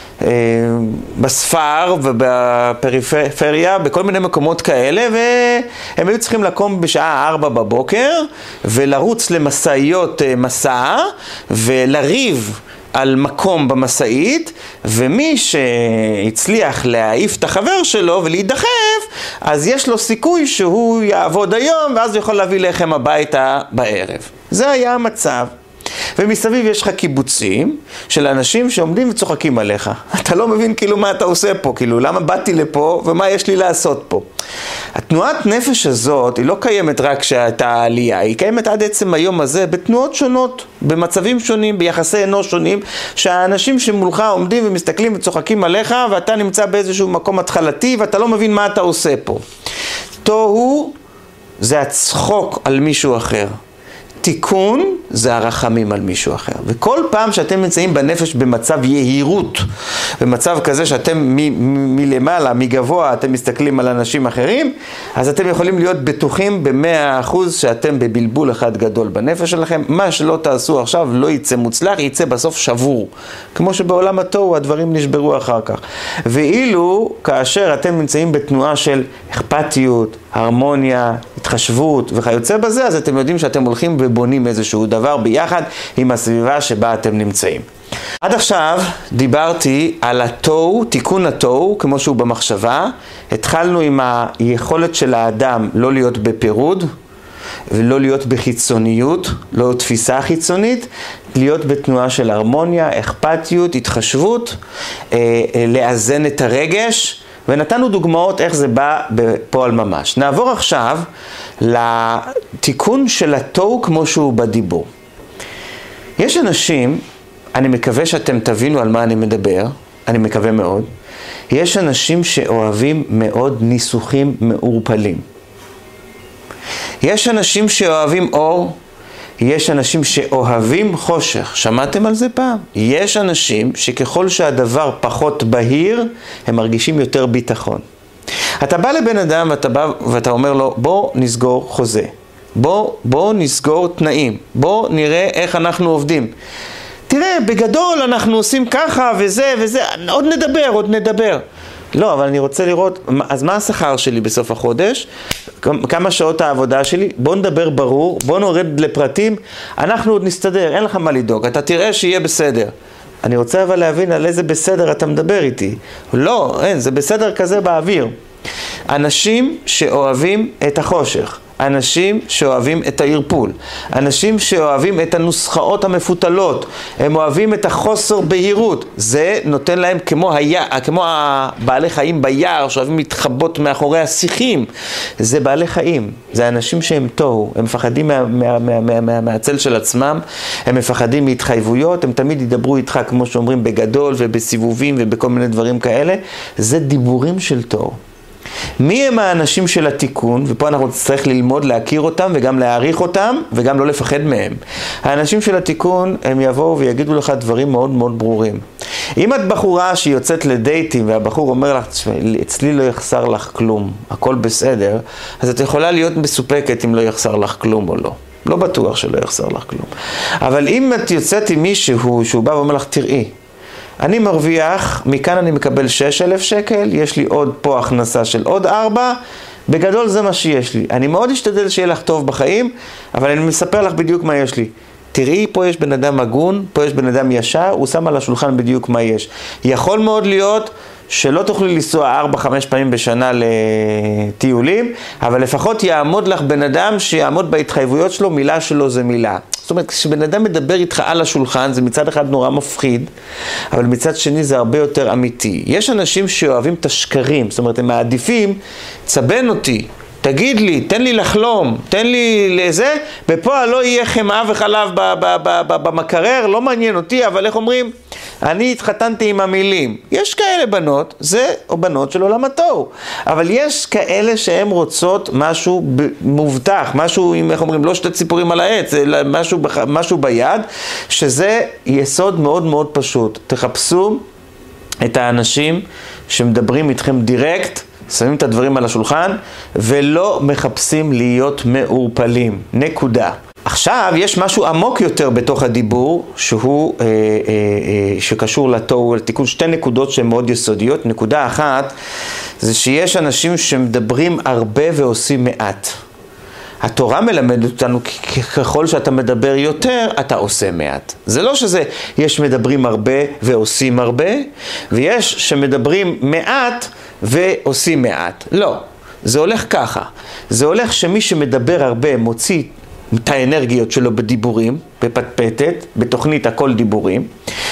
בספר ובפריפריה, בכל מיני מקומות כאלה, והם היו צריכים לקום בשעה ארבע בבוקר ולרוץ למסעיות מסע ולריב על מקום במסעית, ומי שהצליח להעיף את החבר שלו ולהידחף, אז יש לו סיכוי שהוא יעבוד היום ואז הוא יכול להביא לחם הביתה בערב. זה היה המצב. ומסביב יש לך קיבוצים של אנשים שעומדים וצוחקים עליך. אתה לא מבין כאילו מה אתה עושה פה, כאילו למה באתי לפה ומה יש לי לעשות פה. התנועת נפש הזאת היא לא קיימת רק כשאתה עלייה, היא קיימת עד עצם היום הזה בתנועות שונות, במצבים שונים, ביחסי אנוש שונים, שהאנשים שמולך עומדים ומסתכלים וצוחקים עליך ואתה נמצא באיזשהו מקום התחלתי ואתה לא מבין מה אתה עושה פה. תוהו זה הצחוק על מישהו אחר. תיקון זה הרחמים על מישהו אחר. וכל פעם שאתם נמצאים בנפש במצב יהירות, במצב כזה שאתם מ- מלמעלה, מגבוה, אתם מסתכלים על אנשים אחרים, אז אתם יכולים להיות בטוחים במאה אחוז שאתם בבלבול אחד גדול בנפש שלכם. מה שלא תעשו עכשיו לא יצא מוצלח, יצא בסוף שבור. כמו שבעולם התוהו הדברים נשברו אחר כך. ואילו כאשר אתם נמצאים בתנועה של אכפתיות, הרמוניה, התחשבות וכיוצא בזה, אז אתם יודעים שאתם הולכים ובונים איזשהו דבר ביחד עם הסביבה שבה אתם נמצאים. עד עכשיו דיברתי על התוהו, תיקון התוהו, כמו שהוא במחשבה. התחלנו עם היכולת של האדם לא להיות בפירוד, ולא להיות בחיצוניות, לא תפיסה חיצונית, להיות בתנועה של הרמוניה, אכפתיות, התחשבות, לאזן את הרגש, ונתנו דוגמאות איך זה בא בפועל ממש. נעבור עכשיו לתיקון של התוהו כמו שהוא בדיבור. יש אנשים, אני מקווה שאתם תבינו על מה אני מדבר, אני מקווה מאוד, יש אנשים שאוהבים מאוד ניסוחים מעורפלים. יש אנשים שאוהבים אור, יש אנשים שאוהבים חושך. שמעתם על זה פעם? יש אנשים שככל שהדבר פחות בהיר, הם מרגישים יותר ביטחון. אתה בא לבן אדם ואתה בא ואתה אומר לו, בוא נסגור חוזה. בוא, בוא נסגור תנאים. בוא נראה איך אנחנו עובדים. תראה, בגדול אנחנו עושים ככה וזה וזה, עוד נדבר, עוד נדבר. לא, אבל אני רוצה לראות, אז מה השכר שלי בסוף החודש? כמה שעות העבודה שלי? בוא נדבר ברור, בוא נורד לפרטים, אנחנו עוד נסתדר, אין לך מה לדאוג, אתה תראה שיהיה בסדר. אני רוצה אבל להבין על איזה בסדר אתה מדבר איתי. לא, אין, זה בסדר כזה באוויר. אנשים שאוהבים את החושך, אנשים שאוהבים את הערפול, אנשים שאוהבים את הנוסחאות המפותלות, הם אוהבים את החוסר בהירות, זה נותן להם כמו, היה, כמו הבעלי חיים ביער שאוהבים להתחבות מאחורי השיחים, זה בעלי חיים, זה אנשים שהם תוהו, הם מפחדים מה, מה, מה, מה, מה, מהצל של עצמם, הם מפחדים מהתחייבויות, הם תמיד ידברו איתך כמו שאומרים בגדול ובסיבובים ובכל מיני דברים כאלה, זה דיבורים של תוהו. מי הם האנשים של התיקון? ופה אנחנו צריך ללמוד להכיר אותם וגם להעריך אותם וגם לא לפחד מהם. האנשים של התיקון הם יבואו ויגידו לך דברים מאוד מאוד ברורים. אם את בחורה שיוצאת לדייטים והבחור אומר לך, אצלי לא יחסר לך כלום, הכל בסדר, אז את יכולה להיות מסופקת אם לא יחסר לך כלום או לא. לא בטוח שלא יחסר לך כלום. אבל אם את יוצאת עם מישהו שהוא בא ואומר לך, תראי, אני מרוויח, מכאן אני מקבל שש אלף שקל, יש לי עוד פה הכנסה של עוד ארבע, בגדול זה מה שיש לי. אני מאוד אשתדל שיהיה לך טוב בחיים, אבל אני מספר לך בדיוק מה יש לי. תראי, פה יש בן אדם הגון, פה יש בן אדם ישר, הוא שם על השולחן בדיוק מה יש. יכול מאוד להיות שלא תוכלי לנסוע ארבע, חמש פעמים בשנה לטיולים, אבל לפחות יעמוד לך בן אדם שיעמוד בהתחייבויות שלו, מילה שלו זה מילה. זאת אומרת, כשבן אדם מדבר איתך על השולחן, זה מצד אחד נורא מפחיד, אבל מצד שני זה הרבה יותר אמיתי. יש אנשים שאוהבים את השקרים, זאת אומרת, הם מעדיפים, צבן אותי, תגיד לי, תן לי לחלום, תן לי לזה, ופה לא יהיה חמאה וחלב במקרר, לא מעניין אותי, אבל איך אומרים? אני התחתנתי עם המילים. יש כאלה בנות, זה או בנות של עולם התוהו, אבל יש כאלה שהן רוצות משהו מובטח, משהו, איך אומרים, לא שתי ציפורים על העץ, אלא משהו, משהו ביד, שזה יסוד מאוד מאוד פשוט. תחפשו את האנשים שמדברים איתכם דירקט, שמים את הדברים על השולחן, ולא מחפשים להיות מעורפלים. נקודה. עכשיו יש משהו עמוק יותר בתוך הדיבור, שהוא אה, אה, אה, שקשור לתוהו, לתיקון, שתי נקודות שהן מאוד יסודיות. נקודה אחת, זה שיש אנשים שמדברים הרבה ועושים מעט. התורה מלמדת אותנו, ככל שאתה מדבר יותר, אתה עושה מעט. זה לא שזה, יש מדברים הרבה ועושים הרבה, ויש שמדברים מעט ועושים מעט. לא, זה הולך ככה. זה הולך שמי שמדבר הרבה מוציא את האנרגיות שלו בדיבורים, בפטפטת, בתוכנית הכל דיבורים,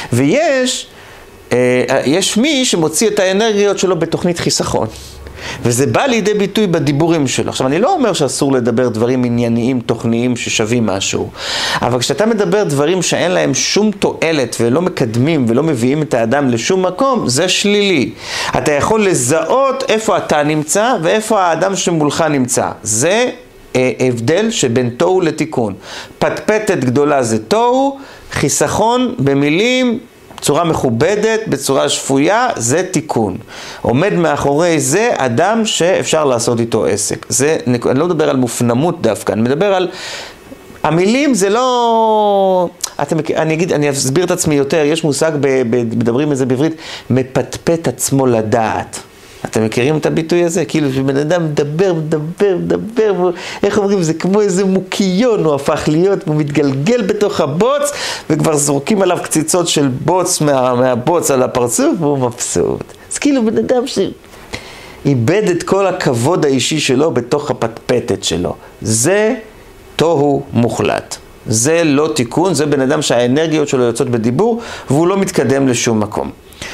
ויש אה, יש מי שמוציא את האנרגיות שלו בתוכנית חיסכון. וזה בא לידי ביטוי בדיבורים שלו. עכשיו, אני לא אומר שאסור לדבר דברים ענייניים, תוכניים, ששווים משהו. אבל כשאתה מדבר דברים שאין להם שום תועלת ולא מקדמים ולא מביאים את האדם לשום מקום, זה שלילי. אתה יכול לזהות איפה אתה נמצא ואיפה האדם שמולך נמצא. זה אה, הבדל שבין תוהו לתיקון. פטפטת גדולה זה תוהו, חיסכון במילים, בצורה מכובדת, בצורה שפויה, זה תיקון. עומד מאחורי זה אדם שאפשר לעשות איתו עסק. זה, אני לא מדבר על מופנמות דווקא, אני מדבר על, המילים זה לא, אתם, אני אגיד, אני אסביר את עצמי יותר, יש מושג, ב, ב, מדברים על זה בעברית, מפטפט עצמו לדעת. אתם מכירים את הביטוי הזה? כאילו שבן אדם מדבר, מדבר, מדבר, איך אומרים? זה כמו איזה מוקיון, הוא הפך להיות, הוא מתגלגל בתוך הבוץ, וכבר זורקים עליו קציצות של בוץ מה, מהבוץ על הפרצוף, והוא מבסוט. אז כאילו בן אדם שאיבד את כל הכבוד האישי שלו בתוך הפטפטת שלו. זה תוהו מוחלט. זה לא תיקון, זה בן אדם שהאנרגיות שלו יוצאות בדיבור, והוא לא מתקדם לשום מקום.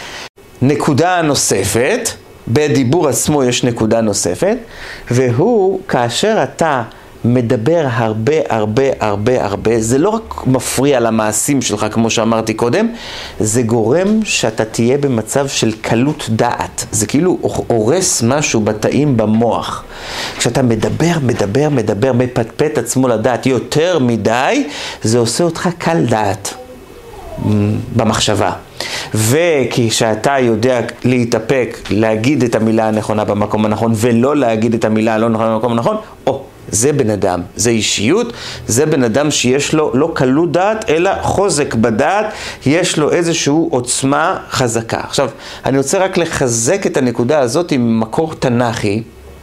נקודה נוספת, בדיבור עצמו יש נקודה נוספת, והוא כאשר אתה מדבר הרבה הרבה הרבה הרבה, זה לא רק מפריע למעשים שלך כמו שאמרתי קודם, זה גורם שאתה תהיה במצב של קלות דעת, זה כאילו הורס משהו בתאים במוח. כשאתה מדבר, מדבר, מדבר, מפטפט עצמו לדעת יותר מדי, זה עושה אותך קל דעת במחשבה. וכשאתה יודע להתאפק, להגיד את המילה הנכונה במקום הנכון, ולא להגיד את המילה הלא נכונה במקום הנכון, או, זה בן אדם, זה אישיות, זה בן אדם שיש לו לא קלות דעת, אלא חוזק בדעת, יש לו איזשהו עוצמה חזקה. עכשיו, אני רוצה רק לחזק את הנקודה הזאת עם מקור תנ"כי,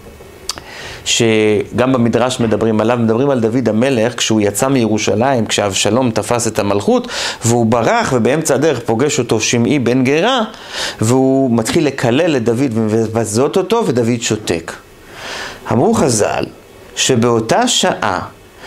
שגם במדרש מדברים עליו, מדברים על דוד המלך, כשהוא יצא מירושלים, כשאבשלום תפס את המלכות, והוא ברח ובאמצע הדרך פוגש אותו שמעי בן גרה, והוא מתחיל לקלל את דוד ובזות אותו, ודוד שותק. אמרו חז"ל, שבאותה שעה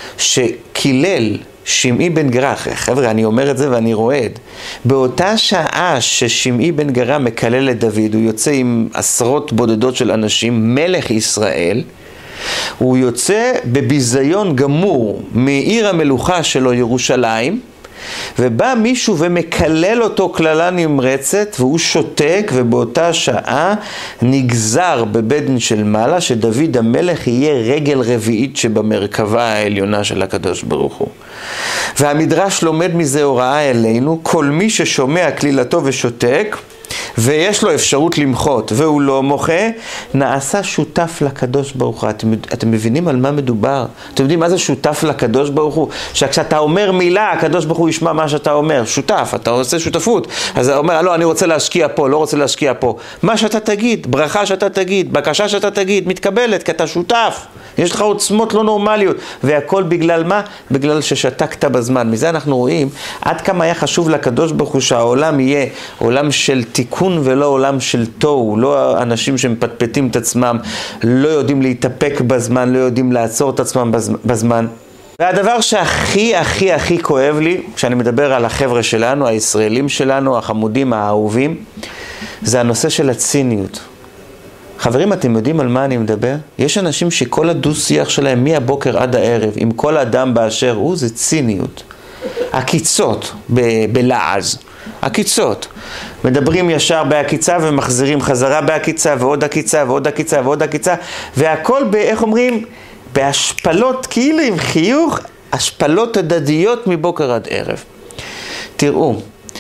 שקילל שמעי בן גרה, חבר'ה, אני אומר את זה ואני רועד, באותה שעה ששמעי בן גרה מקלל את דוד, הוא יוצא עם עשרות בודדות של אנשים, מלך ישראל, הוא יוצא בביזיון גמור מעיר המלוכה שלו ירושלים, ובא מישהו ומקלל אותו כללה נמרצת, והוא שותק, ובאותה שעה נגזר בבית דין של מעלה שדוד המלך יהיה רגל רביעית שבמרכבה העליונה של הקדוש ברוך הוא. והמדרש לומד מזה הוראה אלינו, כל מי ששומע כלילתו ושותק, ויש לו אפשרות למחות והוא לא מוחה, נעשה שותף לקדוש ברוך הוא. אתם, אתם מבינים על מה מדובר? אתם יודעים מה זה שותף לקדוש ברוך הוא? שכשאתה אומר מילה, הקדוש ברוך הוא ישמע מה שאתה אומר. שותף, אתה עושה שותפות. אז הוא אומר, לא, אני רוצה להשקיע פה, לא רוצה להשקיע פה. מה שאתה תגיד, ברכה שאתה תגיד, בקשה שאתה תגיד, מתקבלת, כי אתה שותף. יש לך עוצמות לא נורמליות. והכל בגלל מה? בגלל ששתקת בזמן. מזה אנחנו רואים עד כמה היה חשוב לקדוש ברוך הוא שהעולם יהיה עולם של תיקון ולא עולם של תוהו, לא אנשים שמפטפטים את עצמם, לא יודעים להתאפק בזמן, לא יודעים לעצור את עצמם בזמן. והדבר שהכי הכי הכי כואב לי, כשאני מדבר על החבר'ה שלנו, הישראלים שלנו, החמודים, האהובים, זה הנושא של הציניות. חברים, אתם יודעים על מה אני מדבר? יש אנשים שכל הדו-שיח שלהם מהבוקר עד הערב, עם כל אדם באשר הוא, זה ציניות. הקיצות ב- בלעז. הקיצות. מדברים ישר בהקיצה ומחזירים חזרה בהקיצה ועוד הקיצה ועוד הקיצה ועוד הקיצה, והכל ב, איך אומרים? בהשפלות, כאילו עם חיוך, השפלות הדדיות מבוקר עד ערב. תראו,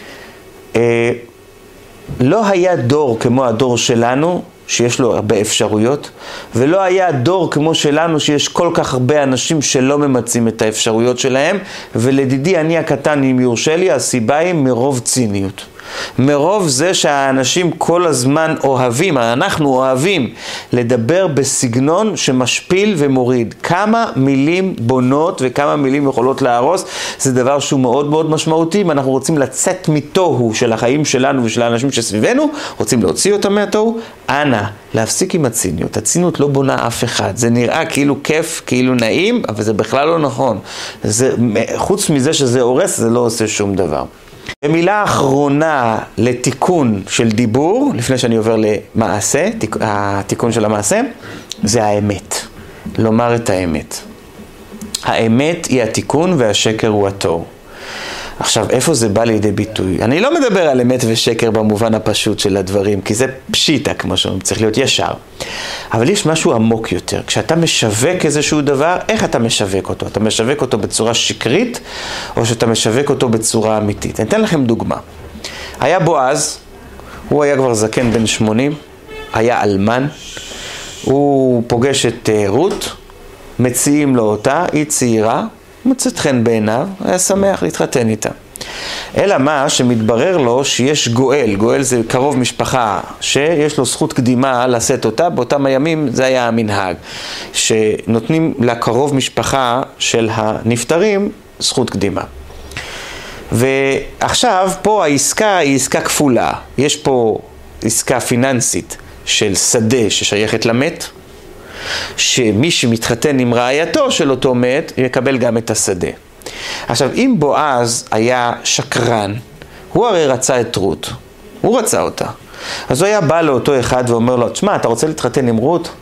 אה, לא היה דור כמו הדור שלנו, שיש לו הרבה אפשרויות, ולא היה דור כמו שלנו שיש כל כך הרבה אנשים שלא ממצים את האפשרויות שלהם, ולדידי אני הקטן אם יורשה לי, הסיבה היא מרוב ציניות. מרוב זה שהאנשים כל הזמן אוהבים, אנחנו אוהבים לדבר בסגנון שמשפיל ומוריד. כמה מילים בונות וכמה מילים יכולות להרוס, זה דבר שהוא מאוד מאוד משמעותי. אם אנחנו רוצים לצאת מתוהו של החיים שלנו ושל האנשים שסביבנו, רוצים להוציא אותם מהתוהו, אנא, להפסיק עם הציניות. הציניות לא בונה אף אחד. זה נראה כאילו כיף, כאילו נעים, אבל זה בכלל לא נכון. זה, חוץ מזה שזה הורס, זה לא עושה שום דבר. במילה האחרונה לתיקון של דיבור, לפני שאני עובר למעשה, התיקון של המעשה, זה האמת. לומר את האמת. האמת היא התיקון והשקר הוא התור. עכשיו, איפה זה בא לידי ביטוי? אני לא מדבר על אמת ושקר במובן הפשוט של הדברים, כי זה פשיטה, כמו שאומרים, צריך להיות ישר. אבל יש משהו עמוק יותר. כשאתה משווק איזשהו דבר, איך אתה משווק אותו? אתה משווק אותו בצורה שקרית, או שאתה משווק אותו בצורה אמיתית? אני אתן לכם דוגמה. היה בועז, הוא היה כבר זקן בן שמונים, היה אלמן, הוא פוגש את רות, מציעים לו אותה, היא צעירה, מוצאת חן בעיניו, היה שמח להתחתן איתה. אלא מה שמתברר לו שיש גואל, גואל זה קרוב משפחה שיש לו זכות קדימה לשאת אותה, באותם הימים זה היה המנהג, שנותנים לקרוב משפחה של הנפטרים זכות קדימה. ועכשיו פה העסקה היא עסקה כפולה, יש פה עסקה פיננסית של שדה ששייכת למת, שמי שמתחתן עם רעייתו של אותו מת יקבל גם את השדה. עכשיו, אם בועז היה שקרן, הוא הרי רצה את רות, הוא רצה אותה. אז הוא היה בא לאותו אחד ואומר לו, תשמע, אתה רוצה להתחתן עם רות?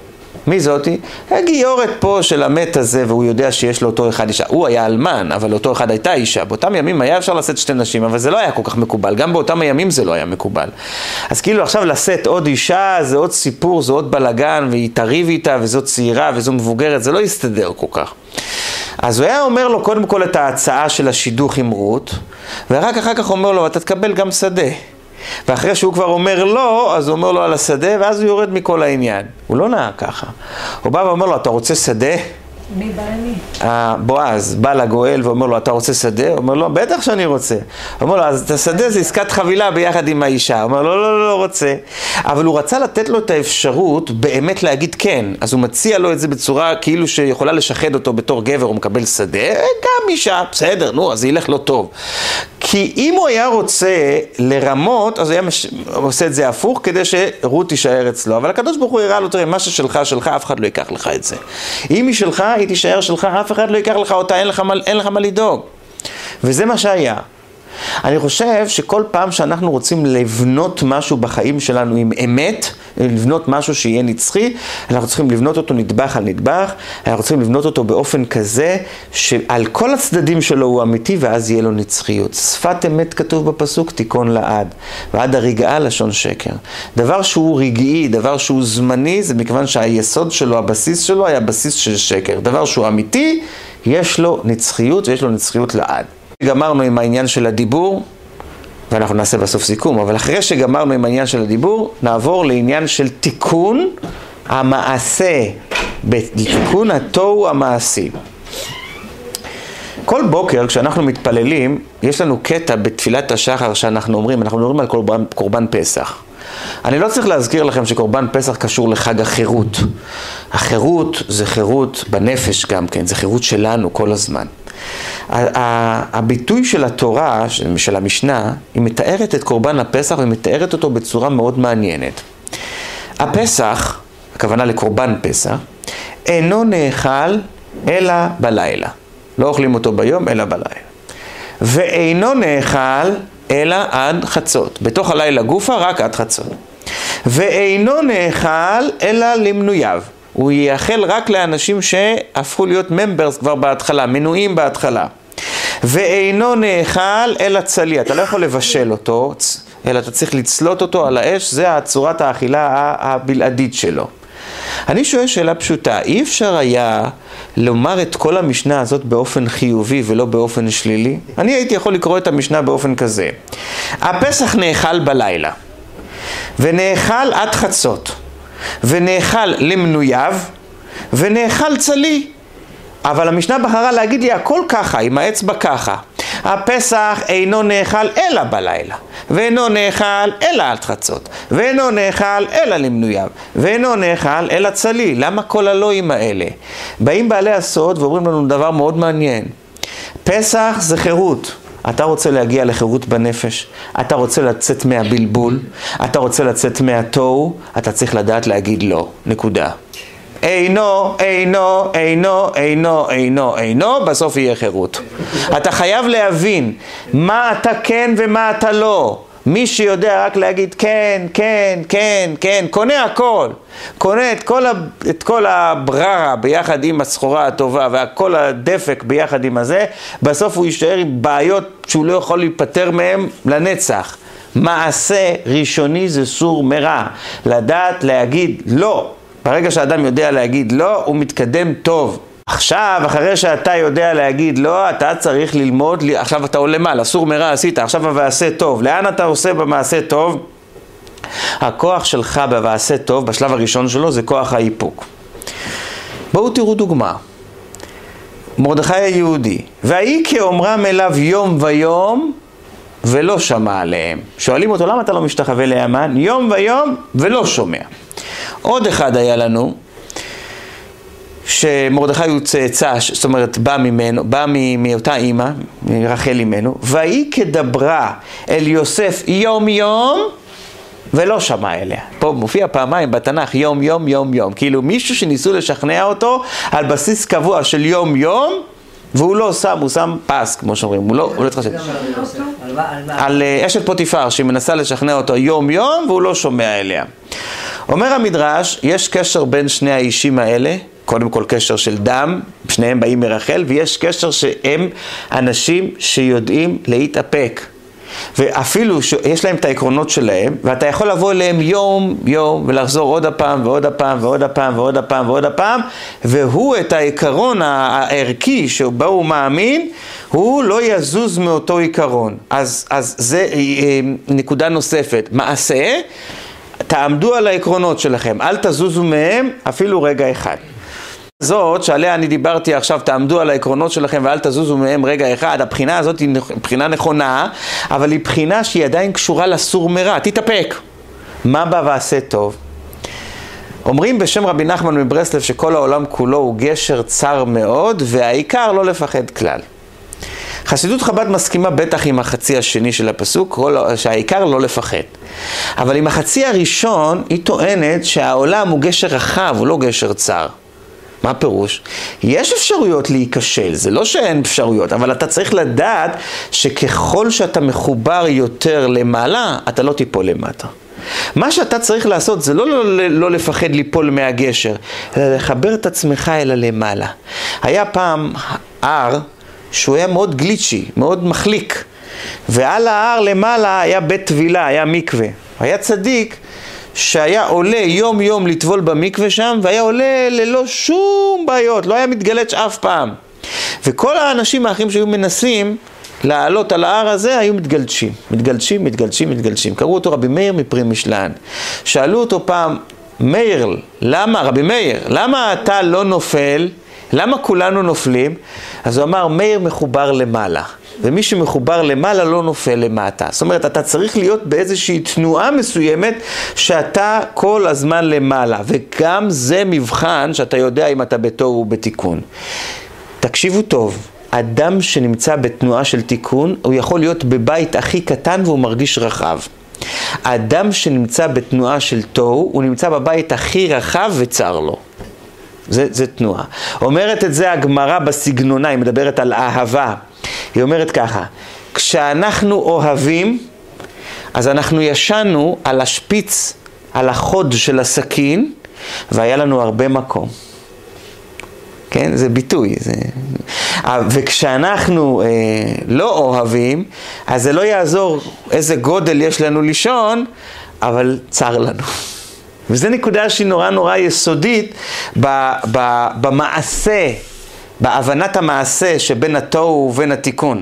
מי זאתי? הגיורת פה של המת הזה, והוא יודע שיש לאותו אחד אישה. הוא היה אלמן, אבל לאותו אחד הייתה אישה. באותם ימים היה אפשר לשאת שתי נשים, אבל זה לא היה כל כך מקובל. גם באותם הימים זה לא היה מקובל. אז כאילו עכשיו לשאת עוד אישה, זה עוד סיפור, זה עוד בלגן, והיא תריב איתה, וזו צעירה, וזו מבוגרת, זה לא יסתדר כל כך. אז הוא היה אומר לו קודם כל את ההצעה של השידוך עם רות, ורק אחר כך אומר לו, אתה תקבל גם שדה. ואחרי שהוא כבר אומר לא, אז הוא אומר לו על השדה, ואז הוא יורד מכל העניין. הוא לא נעה ככה. הוא בא ואומר לו, אתה רוצה שדה? מי בא למי? בועז בא לגואל ואומר לו, אתה רוצה שדה? הוא אומר לו, בטח שאני רוצה. הוא אומר לו, אז את השדה זה עסקת חבילה ביחד עם האישה. הוא אומר לו, לא, לא, לא רוצה. אבל הוא רצה לתת לו את האפשרות באמת להגיד כן. אז הוא מציע לו את זה בצורה כאילו שיכולה לשחד אותו בתור גבר, הוא מקבל שדה, גם אישה, בסדר, נו, אז זה ילך לא טוב. כי אם הוא היה רוצה לרמות, אז הוא היה מש... עושה את זה הפוך כדי שרות תישאר אצלו. אבל הקדוש ברוך הוא הראה לו, תראה, מה ששלך, שלך, אף אחד לא ייקח לך את זה. אם היא שלך, היא תישאר שלך, אף אחד לא ייקח לך אותה, אין לך מה, אין לך מה לדאוג. וזה מה שהיה. אני חושב שכל פעם שאנחנו רוצים לבנות משהו בחיים שלנו עם אמת, לבנות משהו שיהיה נצחי, אנחנו צריכים לבנות אותו נדבך על נדבך, אנחנו צריכים לבנות אותו באופן כזה שעל כל הצדדים שלו הוא אמיתי ואז יהיה לו נצחיות. שפת אמת כתוב בפסוק, תיקון לעד, ועד הרגעה לשון שקר. דבר שהוא רגעי, דבר שהוא זמני, זה מכיוון שהיסוד שלו, הבסיס שלו היה בסיס של שקר. דבר שהוא אמיתי, יש לו נצחיות ויש לו נצחיות לעד. גמרנו עם העניין של הדיבור, ואנחנו נעשה בסוף סיכום, אבל אחרי שגמרנו עם העניין של הדיבור, נעבור לעניין של תיקון המעשה, בתיקון התוהו המעשי. כל בוקר כשאנחנו מתפללים, יש לנו קטע בתפילת השחר שאנחנו אומרים, אנחנו מדברים על קורבן, קורבן פסח. אני לא צריך להזכיר לכם שקורבן פסח קשור לחג החירות. החירות זה חירות בנפש גם כן, זה חירות שלנו כל הזמן. הביטוי של התורה, של המשנה, היא מתארת את קורבן הפסח ומתארת אותו בצורה מאוד מעניינת. הפסח, הכוונה לקורבן פסח, אינו נאכל אלא בלילה. לא אוכלים אותו ביום אלא בלילה. ואינו נאכל אלא עד חצות. בתוך הלילה גופה רק עד חצות. ואינו נאכל אלא למנוייו. הוא יאכל רק לאנשים שהפכו להיות ממברס כבר בהתחלה, מנויים בהתחלה. ואינו נאכל אלא צלי, אתה לא יכול לבשל אותו, אלא אתה צריך לצלות אותו על האש, זה צורת האכילה הבלעדית שלו. אני שואל שאלה פשוטה, אי אפשר היה לומר את כל המשנה הזאת באופן חיובי ולא באופן שלילי? אני הייתי יכול לקרוא את המשנה באופן כזה. הפסח נאכל בלילה, ונאכל עד חצות. ונאכל למנוייו, ונאכל צלי. אבל המשנה בחרה להגיד לי הכל ככה, עם האצבע ככה. הפסח אינו נאכל אלא בלילה, ואינו נאכל אלא עד חצות, ואינו נאכל אלא למנוייו, ואינו נאכל אלא צלי. למה כל הלואים האלה? באים בעלי הסוד ואומרים לנו דבר מאוד מעניין. פסח זה חירות. אתה רוצה להגיע לחירות בנפש, אתה רוצה לצאת מהבלבול, אתה רוצה לצאת מהתוהו, אתה צריך לדעת להגיד לא, נקודה. אינו, אינו, אינו, אינו, אינו, אינו, בסוף יהיה חירות. אתה חייב להבין מה אתה כן ומה אתה לא. מי שיודע רק להגיד כן, כן, כן, כן, קונה הכל. קונה את כל, ה, את כל הבררה ביחד עם הסחורה הטובה וכל הדפק ביחד עם הזה, בסוף הוא יישאר עם בעיות שהוא לא יכול להיפטר מהם לנצח. מעשה ראשוני זה סור מרע. לדעת להגיד לא. ברגע שאדם יודע להגיד לא, הוא מתקדם טוב. עכשיו, אחרי שאתה יודע להגיד לא, אתה צריך ללמוד, עכשיו אתה עולה מעלה, סור מרע עשית, עכשיו ועשה טוב. לאן אתה עושה במעשה טוב? הכוח שלך בוועשה טוב, בשלב הראשון שלו, זה כוח האיפוק. בואו תראו דוגמה. מרדכי היהודי, והיא כאומרם אליו יום ויום, ולא שמע עליהם. שואלים אותו, למה אתה לא משתחווה להמן? יום ויום, ולא שומע. עוד אחד היה לנו, שמרדכי הוא צאצא, זאת אומרת, בא ממנו, בא מאותה אימא, רחל ממנו, והיא כדברה אל יוסף יום יום, ולא שמע אליה. פה מופיע פעמיים בתנ"ך יום יום יום יום, כאילו מישהו שניסו לשכנע אותו על בסיס קבוע של יום יום, והוא לא שם, הוא שם פס, כמו שאומרים, הוא לא, הוא לא צריך לשכנע. על אשת פוטיפר, שהיא מנסה לשכנע אותו יום יום, והוא לא שומע אליה. אומר המדרש, יש קשר בין שני האישים האלה, קודם כל קשר של דם, שניהם באים מרחל, ויש קשר שהם אנשים שיודעים להתאפק. ואפילו שיש להם את העקרונות שלהם, ואתה יכול לבוא אליהם יום יום ולחזור עוד הפעם ועוד הפעם ועוד הפעם ועוד הפעם ועוד הפעם, והוא את העיקרון הערכי שבו הוא מאמין, הוא לא יזוז מאותו עיקרון. אז, אז זה נקודה נוספת. מעשה, תעמדו על העקרונות שלכם, אל תזוזו מהם אפילו רגע אחד. זאת שעליה אני דיברתי עכשיו, תעמדו על העקרונות שלכם ואל תזוזו מהם רגע אחד, הבחינה הזאת היא בחינה נכונה, אבל היא בחינה שהיא עדיין קשורה לסור מרע, תתאפק. מה בא ועשה טוב? אומרים בשם רבי נחמן מברסלב שכל העולם כולו הוא גשר צר מאוד, והעיקר לא לפחד כלל. חסידות חב"ד מסכימה בטח עם החצי השני של הפסוק, שהעיקר לא לפחד. אבל עם החצי הראשון היא טוענת שהעולם הוא גשר רחב, הוא לא גשר צר. מה הפירוש? יש אפשרויות להיכשל, זה לא שאין אפשרויות, אבל אתה צריך לדעת שככל שאתה מחובר יותר למעלה, אתה לא תיפול למטה. מה שאתה צריך לעשות זה לא, לא, לא לפחד ליפול מהגשר, אלא לחבר את עצמך אל הלמעלה. היה פעם הר שהוא היה מאוד גליצ'י, מאוד מחליק, ועל ההר למעלה היה בית טבילה, היה מקווה. היה צדיק שהיה עולה יום יום לטבול במקווה שם, והיה עולה ללא שום בעיות, לא היה מתגלץ' אף פעם. וכל האנשים האחרים שהיו מנסים לעלות על ההר הזה, היו מתגלצ'ים, מתגלצ'ים, מתגלצ'ים, מתגלצ'ים. קראו אותו רבי מאיר מפרי משלן. שאלו אותו פעם, מאיר, למה, רבי מאיר, למה אתה לא נופל? למה כולנו נופלים? אז הוא אמר, מאיר מחובר למעלה. ומי שמחובר למעלה לא נופל למטה. זאת אומרת, אתה צריך להיות באיזושהי תנועה מסוימת שאתה כל הזמן למעלה. וגם זה מבחן שאתה יודע אם אתה בתוהו ובתיקון. תקשיבו טוב, אדם שנמצא בתנועה של תיקון, הוא יכול להיות בבית הכי קטן והוא מרגיש רחב. האדם שנמצא בתנועה של תוהו, הוא נמצא בבית הכי רחב וצר לו. זה, זה תנועה. אומרת את זה הגמרא בסגנונה, היא מדברת על אהבה. היא אומרת ככה, כשאנחנו אוהבים, אז אנחנו ישנו על השפיץ, על החוד של הסכין, והיה לנו הרבה מקום. כן? זה ביטוי. זה... וכשאנחנו אה, לא אוהבים, אז זה לא יעזור איזה גודל יש לנו לישון, אבל צר לנו. וזו נקודה שהיא נורא נורא יסודית ב, ב, במעשה, בהבנת המעשה שבין התוהו ובין התיקון.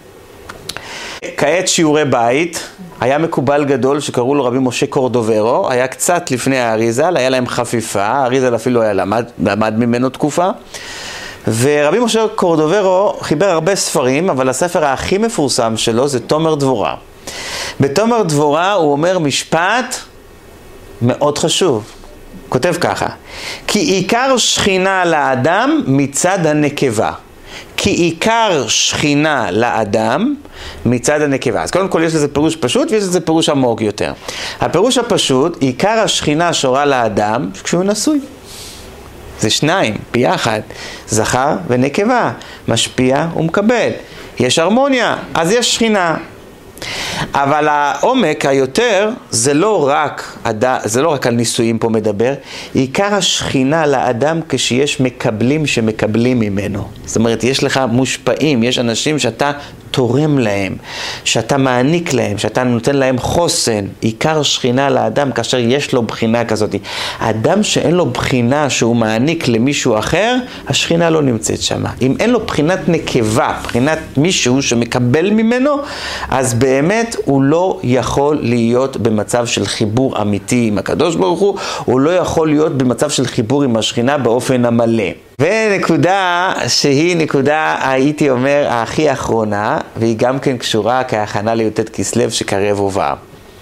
כעת שיעורי בית, היה מקובל גדול שקראו לו רבי משה קורדוברו, היה קצת לפני האריזל, היה להם חפיפה, האריזל אפילו היה למד, למד ממנו תקופה, ורבי משה קורדוברו חיבר הרבה ספרים, אבל הספר הכי מפורסם שלו זה תומר דבורה. בתומר דבורה הוא אומר משפט מאוד חשוב. כותב ככה, כי עיקר שכינה לאדם מצד הנקבה. כי עיקר שכינה לאדם מצד הנקבה. אז קודם כל יש לזה פירוש פשוט ויש לזה פירוש עמוק יותר. הפירוש הפשוט, עיקר השכינה שורה לאדם כשהוא נשוי. זה שניים, ביחד, זכר ונקבה, משפיע ומקבל. יש הרמוניה, אז יש שכינה. אבל העומק היותר זה לא רק, זה לא רק על נישואים פה מדבר, עיקר השכינה לאדם כשיש מקבלים שמקבלים ממנו. זאת אומרת, יש לך מושפעים, יש אנשים שאתה תורם להם, שאתה מעניק להם, שאתה נותן להם חוסן. עיקר שכינה לאדם כאשר יש לו בחינה כזאת. האדם שאין לו בחינה שהוא מעניק למישהו אחר, השכינה לא נמצאת שם. אם אין לו בחינת נקבה, בחינת מישהו שמקבל ממנו, אז באמת הוא לא יכול להיות במצב של חיבור אמיתי עם הקדוש ברוך הוא, הוא לא יכול להיות במצב של חיבור עם השכינה באופן המלא. ונקודה שהיא נקודה, הייתי אומר, הכי אחרונה, והיא גם כן קשורה כהכנה לי"ט כסלו שקרב ובא.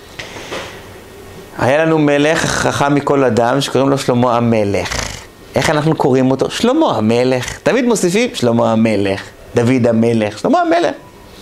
היה לנו מלך חכם מכל אדם שקוראים לו שלמה המלך. איך אנחנו קוראים אותו? שלמה המלך. תמיד מוסיפים שלמה המלך, דוד המלך, שלמה המלך.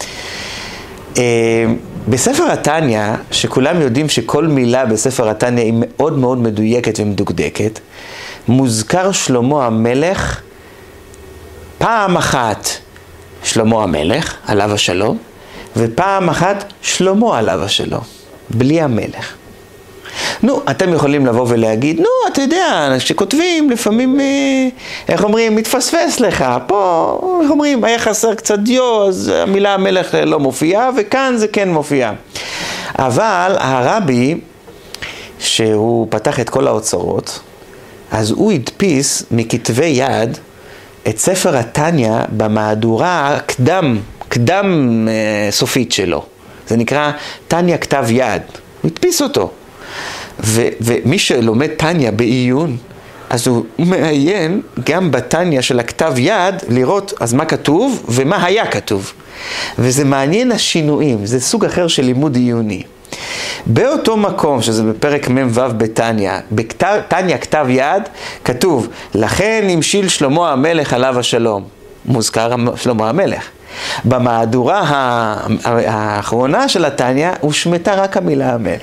בספר התניא, שכולם יודעים שכל מילה בספר התניא היא מאוד מאוד מדויקת ומדוקדקת, מוזכר שלמה המלך פעם אחת שלמה המלך, עליו השלום, ופעם אחת שלמה עליו השלום, בלי המלך. נו, אתם יכולים לבוא ולהגיד, נו, אתה יודע, שכותבים לפעמים, איך אומרים, מתפספס לך, פה, איך אומרים, היה חסר קצת דיו, אז המילה המלך לא מופיעה, וכאן זה כן מופיע. אבל הרבי, שהוא פתח את כל האוצרות, אז הוא הדפיס מכתבי יד את ספר התניה במהדורה הקדם, קדם סופית שלו. זה נקרא תניה כתב יד. הוא הדפיס אותו. ו- ומי שלומד תניה בעיון, אז הוא מעיין גם בתניה של הכתב יד לראות אז מה כתוב ומה היה כתוב. וזה מעניין השינויים, זה סוג אחר של לימוד עיוני. באותו מקום, שזה בפרק מ"ו בתניה, בתניה כתב יד, כתוב, לכן המשיל שלמה המלך עליו השלום. מוזכר שלמה המלך. במהדורה האחרונה של התניה, הושמטה רק המילה המלך.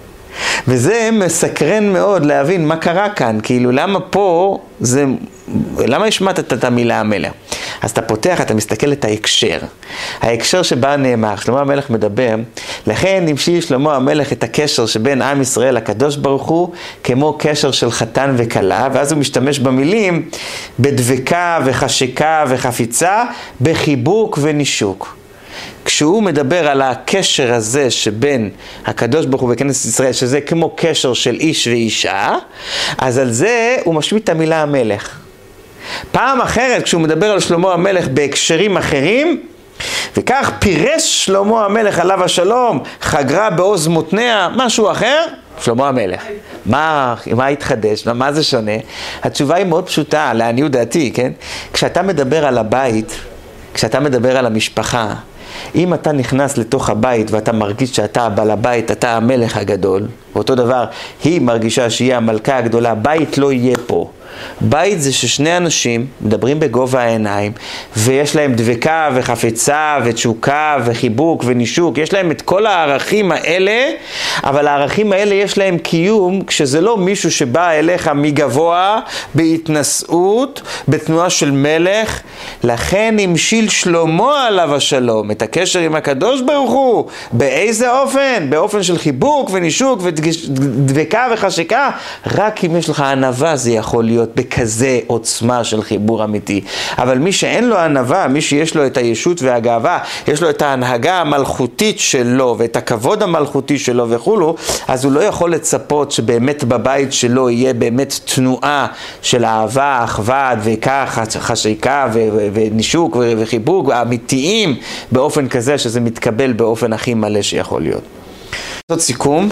וזה מסקרן מאוד להבין מה קרה כאן, כאילו למה פה, זה, למה השמטת את המילה המלך? אז אתה פותח, אתה מסתכל את ההקשר. ההקשר שבה נאמר, שלמה המלך מדבר, לכן המשיל שלמה המלך את הקשר שבין עם ישראל לקדוש ברוך הוא, כמו קשר של חתן וכלה, ואז הוא משתמש במילים, בדבקה וחשקה וחפיצה, בחיבוק ונישוק. כשהוא מדבר על הקשר הזה שבין הקדוש ברוך הוא וכנסת ישראל, שזה כמו קשר של איש ואישה, אז על זה הוא משמיט את המילה המלך. פעם אחרת, כשהוא מדבר על שלמה המלך בהקשרים אחרים, וכך פירש שלמה המלך עליו השלום, חגרה בעוז מותניה, משהו אחר, שלמה המלך. מה, מה התחדש? מה זה שונה? התשובה היא מאוד פשוטה, לעניות דעתי, כן? כשאתה מדבר על הבית, כשאתה מדבר על המשפחה, אם אתה נכנס לתוך הבית ואתה מרגיש שאתה הבעל הבית, אתה המלך הגדול, ואותו דבר, היא מרגישה שהיא המלכה הגדולה, בית לא יהיה פה. בית זה ששני אנשים מדברים בגובה העיניים, ויש להם דבקה וחפצה ותשוקה וחיבוק ונישוק, יש להם את כל הערכים האלה, אבל הערכים האלה יש להם קיום כשזה לא מישהו שבא אליך מגבוה, בהתנשאות, בתנועה של מלך. לכן המשיל שלמה עליו השלום את הקשר עם הקדוש ברוך הוא. באיזה אופן? באופן של חיבוק ונישוק ודבקה וחשקה. רק אם יש לך ענווה זה יכול להיות בכזה עוצמה של חיבור אמיתי. אבל מי שאין לו ענווה, מי שיש לו את הישות והגאווה, יש לו את ההנהגה המלכותית שלו ואת הכבוד המלכותי שלו וכולו, אז הוא לא יכול לצפות שבאמת בבית שלו יהיה באמת תנועה של אהבה, אחווה, דבקה, חשיקה ונישוק וחיבוק אמיתיים באופן כזה שזה מתקבל באופן הכי מלא שיכול להיות. זאת סיכום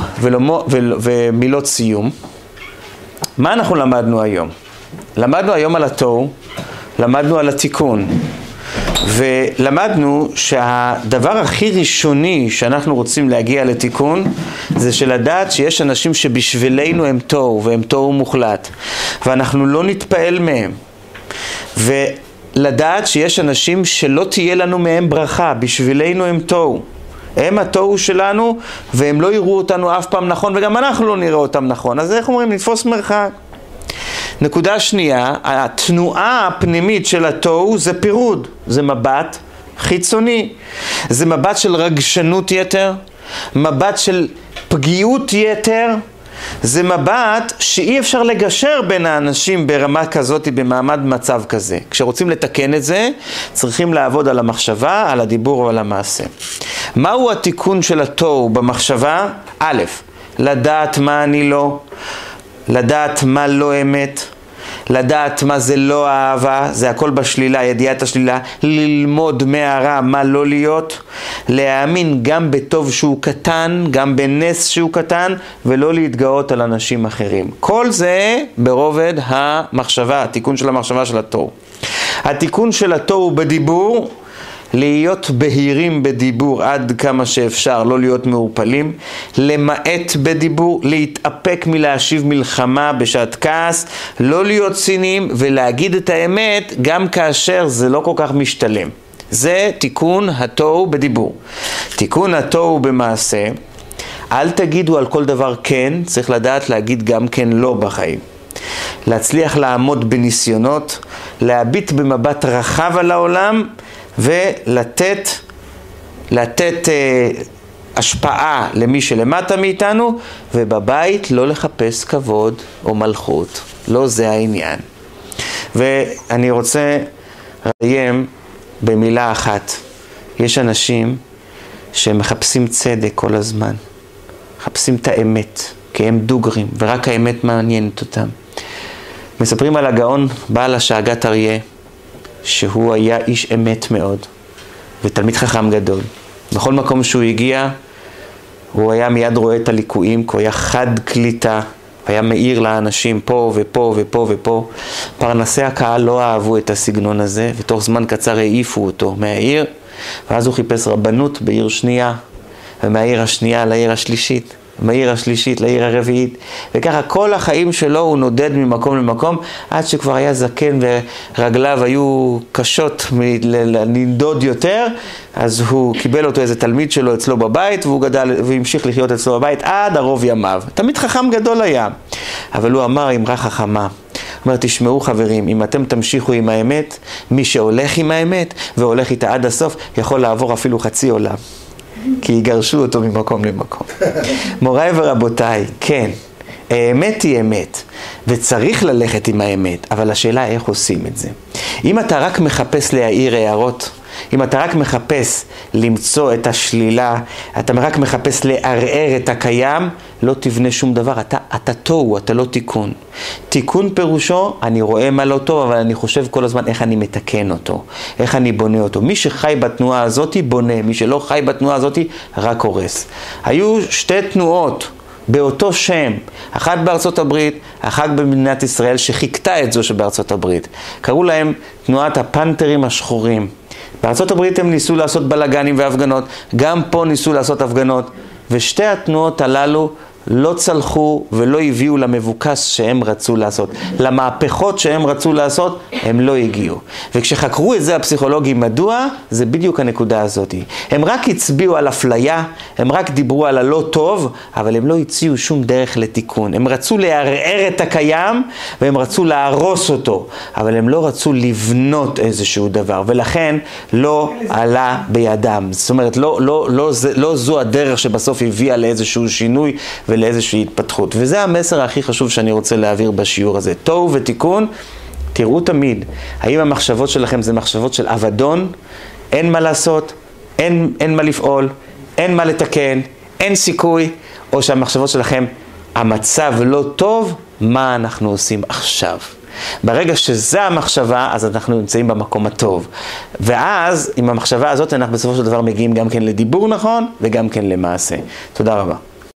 ומילות סיום. מה אנחנו למדנו היום? למדנו היום על התוהו, למדנו על התיקון, ולמדנו שהדבר הכי ראשוני שאנחנו רוצים להגיע לתיקון, זה שלדעת שיש אנשים שבשבילנו הם תוהו, והם תוהו מוחלט, ואנחנו לא נתפעל מהם, ולדעת שיש אנשים שלא תהיה לנו מהם ברכה, בשבילנו הם תוהו. הם התוהו שלנו, והם לא יראו אותנו אף פעם נכון, וגם אנחנו לא נראה אותם נכון. אז איך אומרים? נתפוס מרחק. נקודה שנייה, התנועה הפנימית של התוהו זה פירוד, זה מבט חיצוני. זה מבט של רגשנות יתר, מבט של פגיעות יתר, זה מבט שאי אפשר לגשר בין האנשים ברמה כזאת, במעמד מצב כזה. כשרוצים לתקן את זה, צריכים לעבוד על המחשבה, על הדיבור ועל המעשה. מהו התיקון של התוהו במחשבה? א', לדעת מה אני לא, לדעת מה לא אמת, לדעת מה זה לא אהבה, זה הכל בשלילה, ידיעת השלילה, ללמוד מהרע מה לא להיות, להאמין גם בטוב שהוא קטן, גם בנס שהוא קטן, ולא להתגאות על אנשים אחרים. כל זה ברובד המחשבה, התיקון של המחשבה של התוהו. התיקון של התוהו בדיבור, להיות בהירים בדיבור עד כמה שאפשר, לא להיות מעורפלים, למעט בדיבור, להתאפק מלהשיב מלחמה בשעת כעס, לא להיות ציניים ולהגיד את האמת גם כאשר זה לא כל כך משתלם. זה תיקון התוהו בדיבור. תיקון התוהו במעשה, אל תגידו על כל דבר כן, צריך לדעת להגיד גם כן לא בחיים. להצליח לעמוד בניסיונות, להביט במבט רחב על העולם, ולתת לתת, השפעה למי שלמטה מאיתנו, ובבית לא לחפש כבוד או מלכות. לא זה העניין. ואני רוצה ראיים במילה אחת. יש אנשים שמחפשים צדק כל הזמן. מחפשים את האמת, כי הם דוגרים, ורק האמת מעניינת אותם. מספרים על הגאון בעל השאגת אריה, שהוא היה איש אמת מאוד, ותלמיד חכם גדול. בכל מקום שהוא הגיע, הוא היה מיד רואה את הליקויים, כי הוא היה חד קליטה, היה מאיר לאנשים פה ופה ופה ופה. פרנסי הקהל לא אהבו את הסגנון הזה, ותוך זמן קצר העיפו אותו מהעיר, ואז הוא חיפש רבנות בעיר שנייה, ומהעיר השנייה לעיר השלישית, מהעיר השלישית לעיר הרביעית, וככה כל החיים שלו הוא נודד ממקום למקום, עד שכבר היה זקן ורגליו היו קשות לנדוד יותר, אז הוא קיבל אותו איזה תלמיד שלו אצלו בבית, והוא גדל והמשיך לחיות אצלו בבית עד ערוב ימיו. תמיד חכם גדול היה, אבל הוא אמר אמרה חכמה. הוא אומר, תשמעו חברים, אם אתם תמשיכו עם האמת, מי שהולך עם האמת והולך איתה עד הסוף, יכול לעבור אפילו חצי עולם. כי יגרשו אותו ממקום למקום. מוריי ורבותיי, כן, האמת היא אמת, וצריך ללכת עם האמת, אבל השאלה איך עושים את זה. אם אתה רק מחפש להעיר הערות, אם אתה רק מחפש למצוא את השלילה, אתה רק מחפש לערער את הקיים, לא תבנה שום דבר, אתה, אתה תוהו, אתה לא תיקון. תיקון פירושו, אני רואה מה לא טוב, אבל אני חושב כל הזמן איך אני מתקן אותו, איך אני בונה אותו. מי שחי בתנועה הזאת בונה, מי שלא חי בתנועה הזאת רק הורס. היו שתי תנועות באותו שם, אחת בארצות הברית, אחת במדינת ישראל, שחיכתה את זו שבארצות הברית. קראו להם תנועת הפנתרים השחורים. בארצות הברית הם ניסו לעשות בלגנים והפגנות, גם פה ניסו לעשות הפגנות, ושתי התנועות הללו לא צלחו ולא הביאו למבוקש שהם רצו לעשות. למהפכות שהם רצו לעשות, הם לא הגיעו. וכשחקרו את זה הפסיכולוגים, מדוע? זה בדיוק הנקודה הזאת. הם רק הצביעו על אפליה, הם רק דיברו על הלא טוב, אבל הם לא הציעו שום דרך לתיקון. הם רצו לערער את הקיים, והם רצו להרוס אותו, אבל הם לא רצו לבנות איזשהו דבר, ולכן לא עלה בידם. זאת אומרת, לא, לא, לא, לא זו הדרך שבסוף הביאה לאיזשהו שינוי, לאיזושהי התפתחות. וזה המסר הכי חשוב שאני רוצה להעביר בשיעור הזה. תוהו ותיקון, תראו תמיד, האם המחשבות שלכם זה מחשבות של אבדון, אין מה לעשות, אין, אין מה לפעול, אין מה לתקן, אין סיכוי, או שהמחשבות שלכם, המצב לא טוב, מה אנחנו עושים עכשיו? ברגע שזה המחשבה, אז אנחנו נמצאים במקום הטוב. ואז, עם המחשבה הזאת, אנחנו בסופו של דבר מגיעים גם כן לדיבור נכון, וגם כן למעשה. תודה רבה.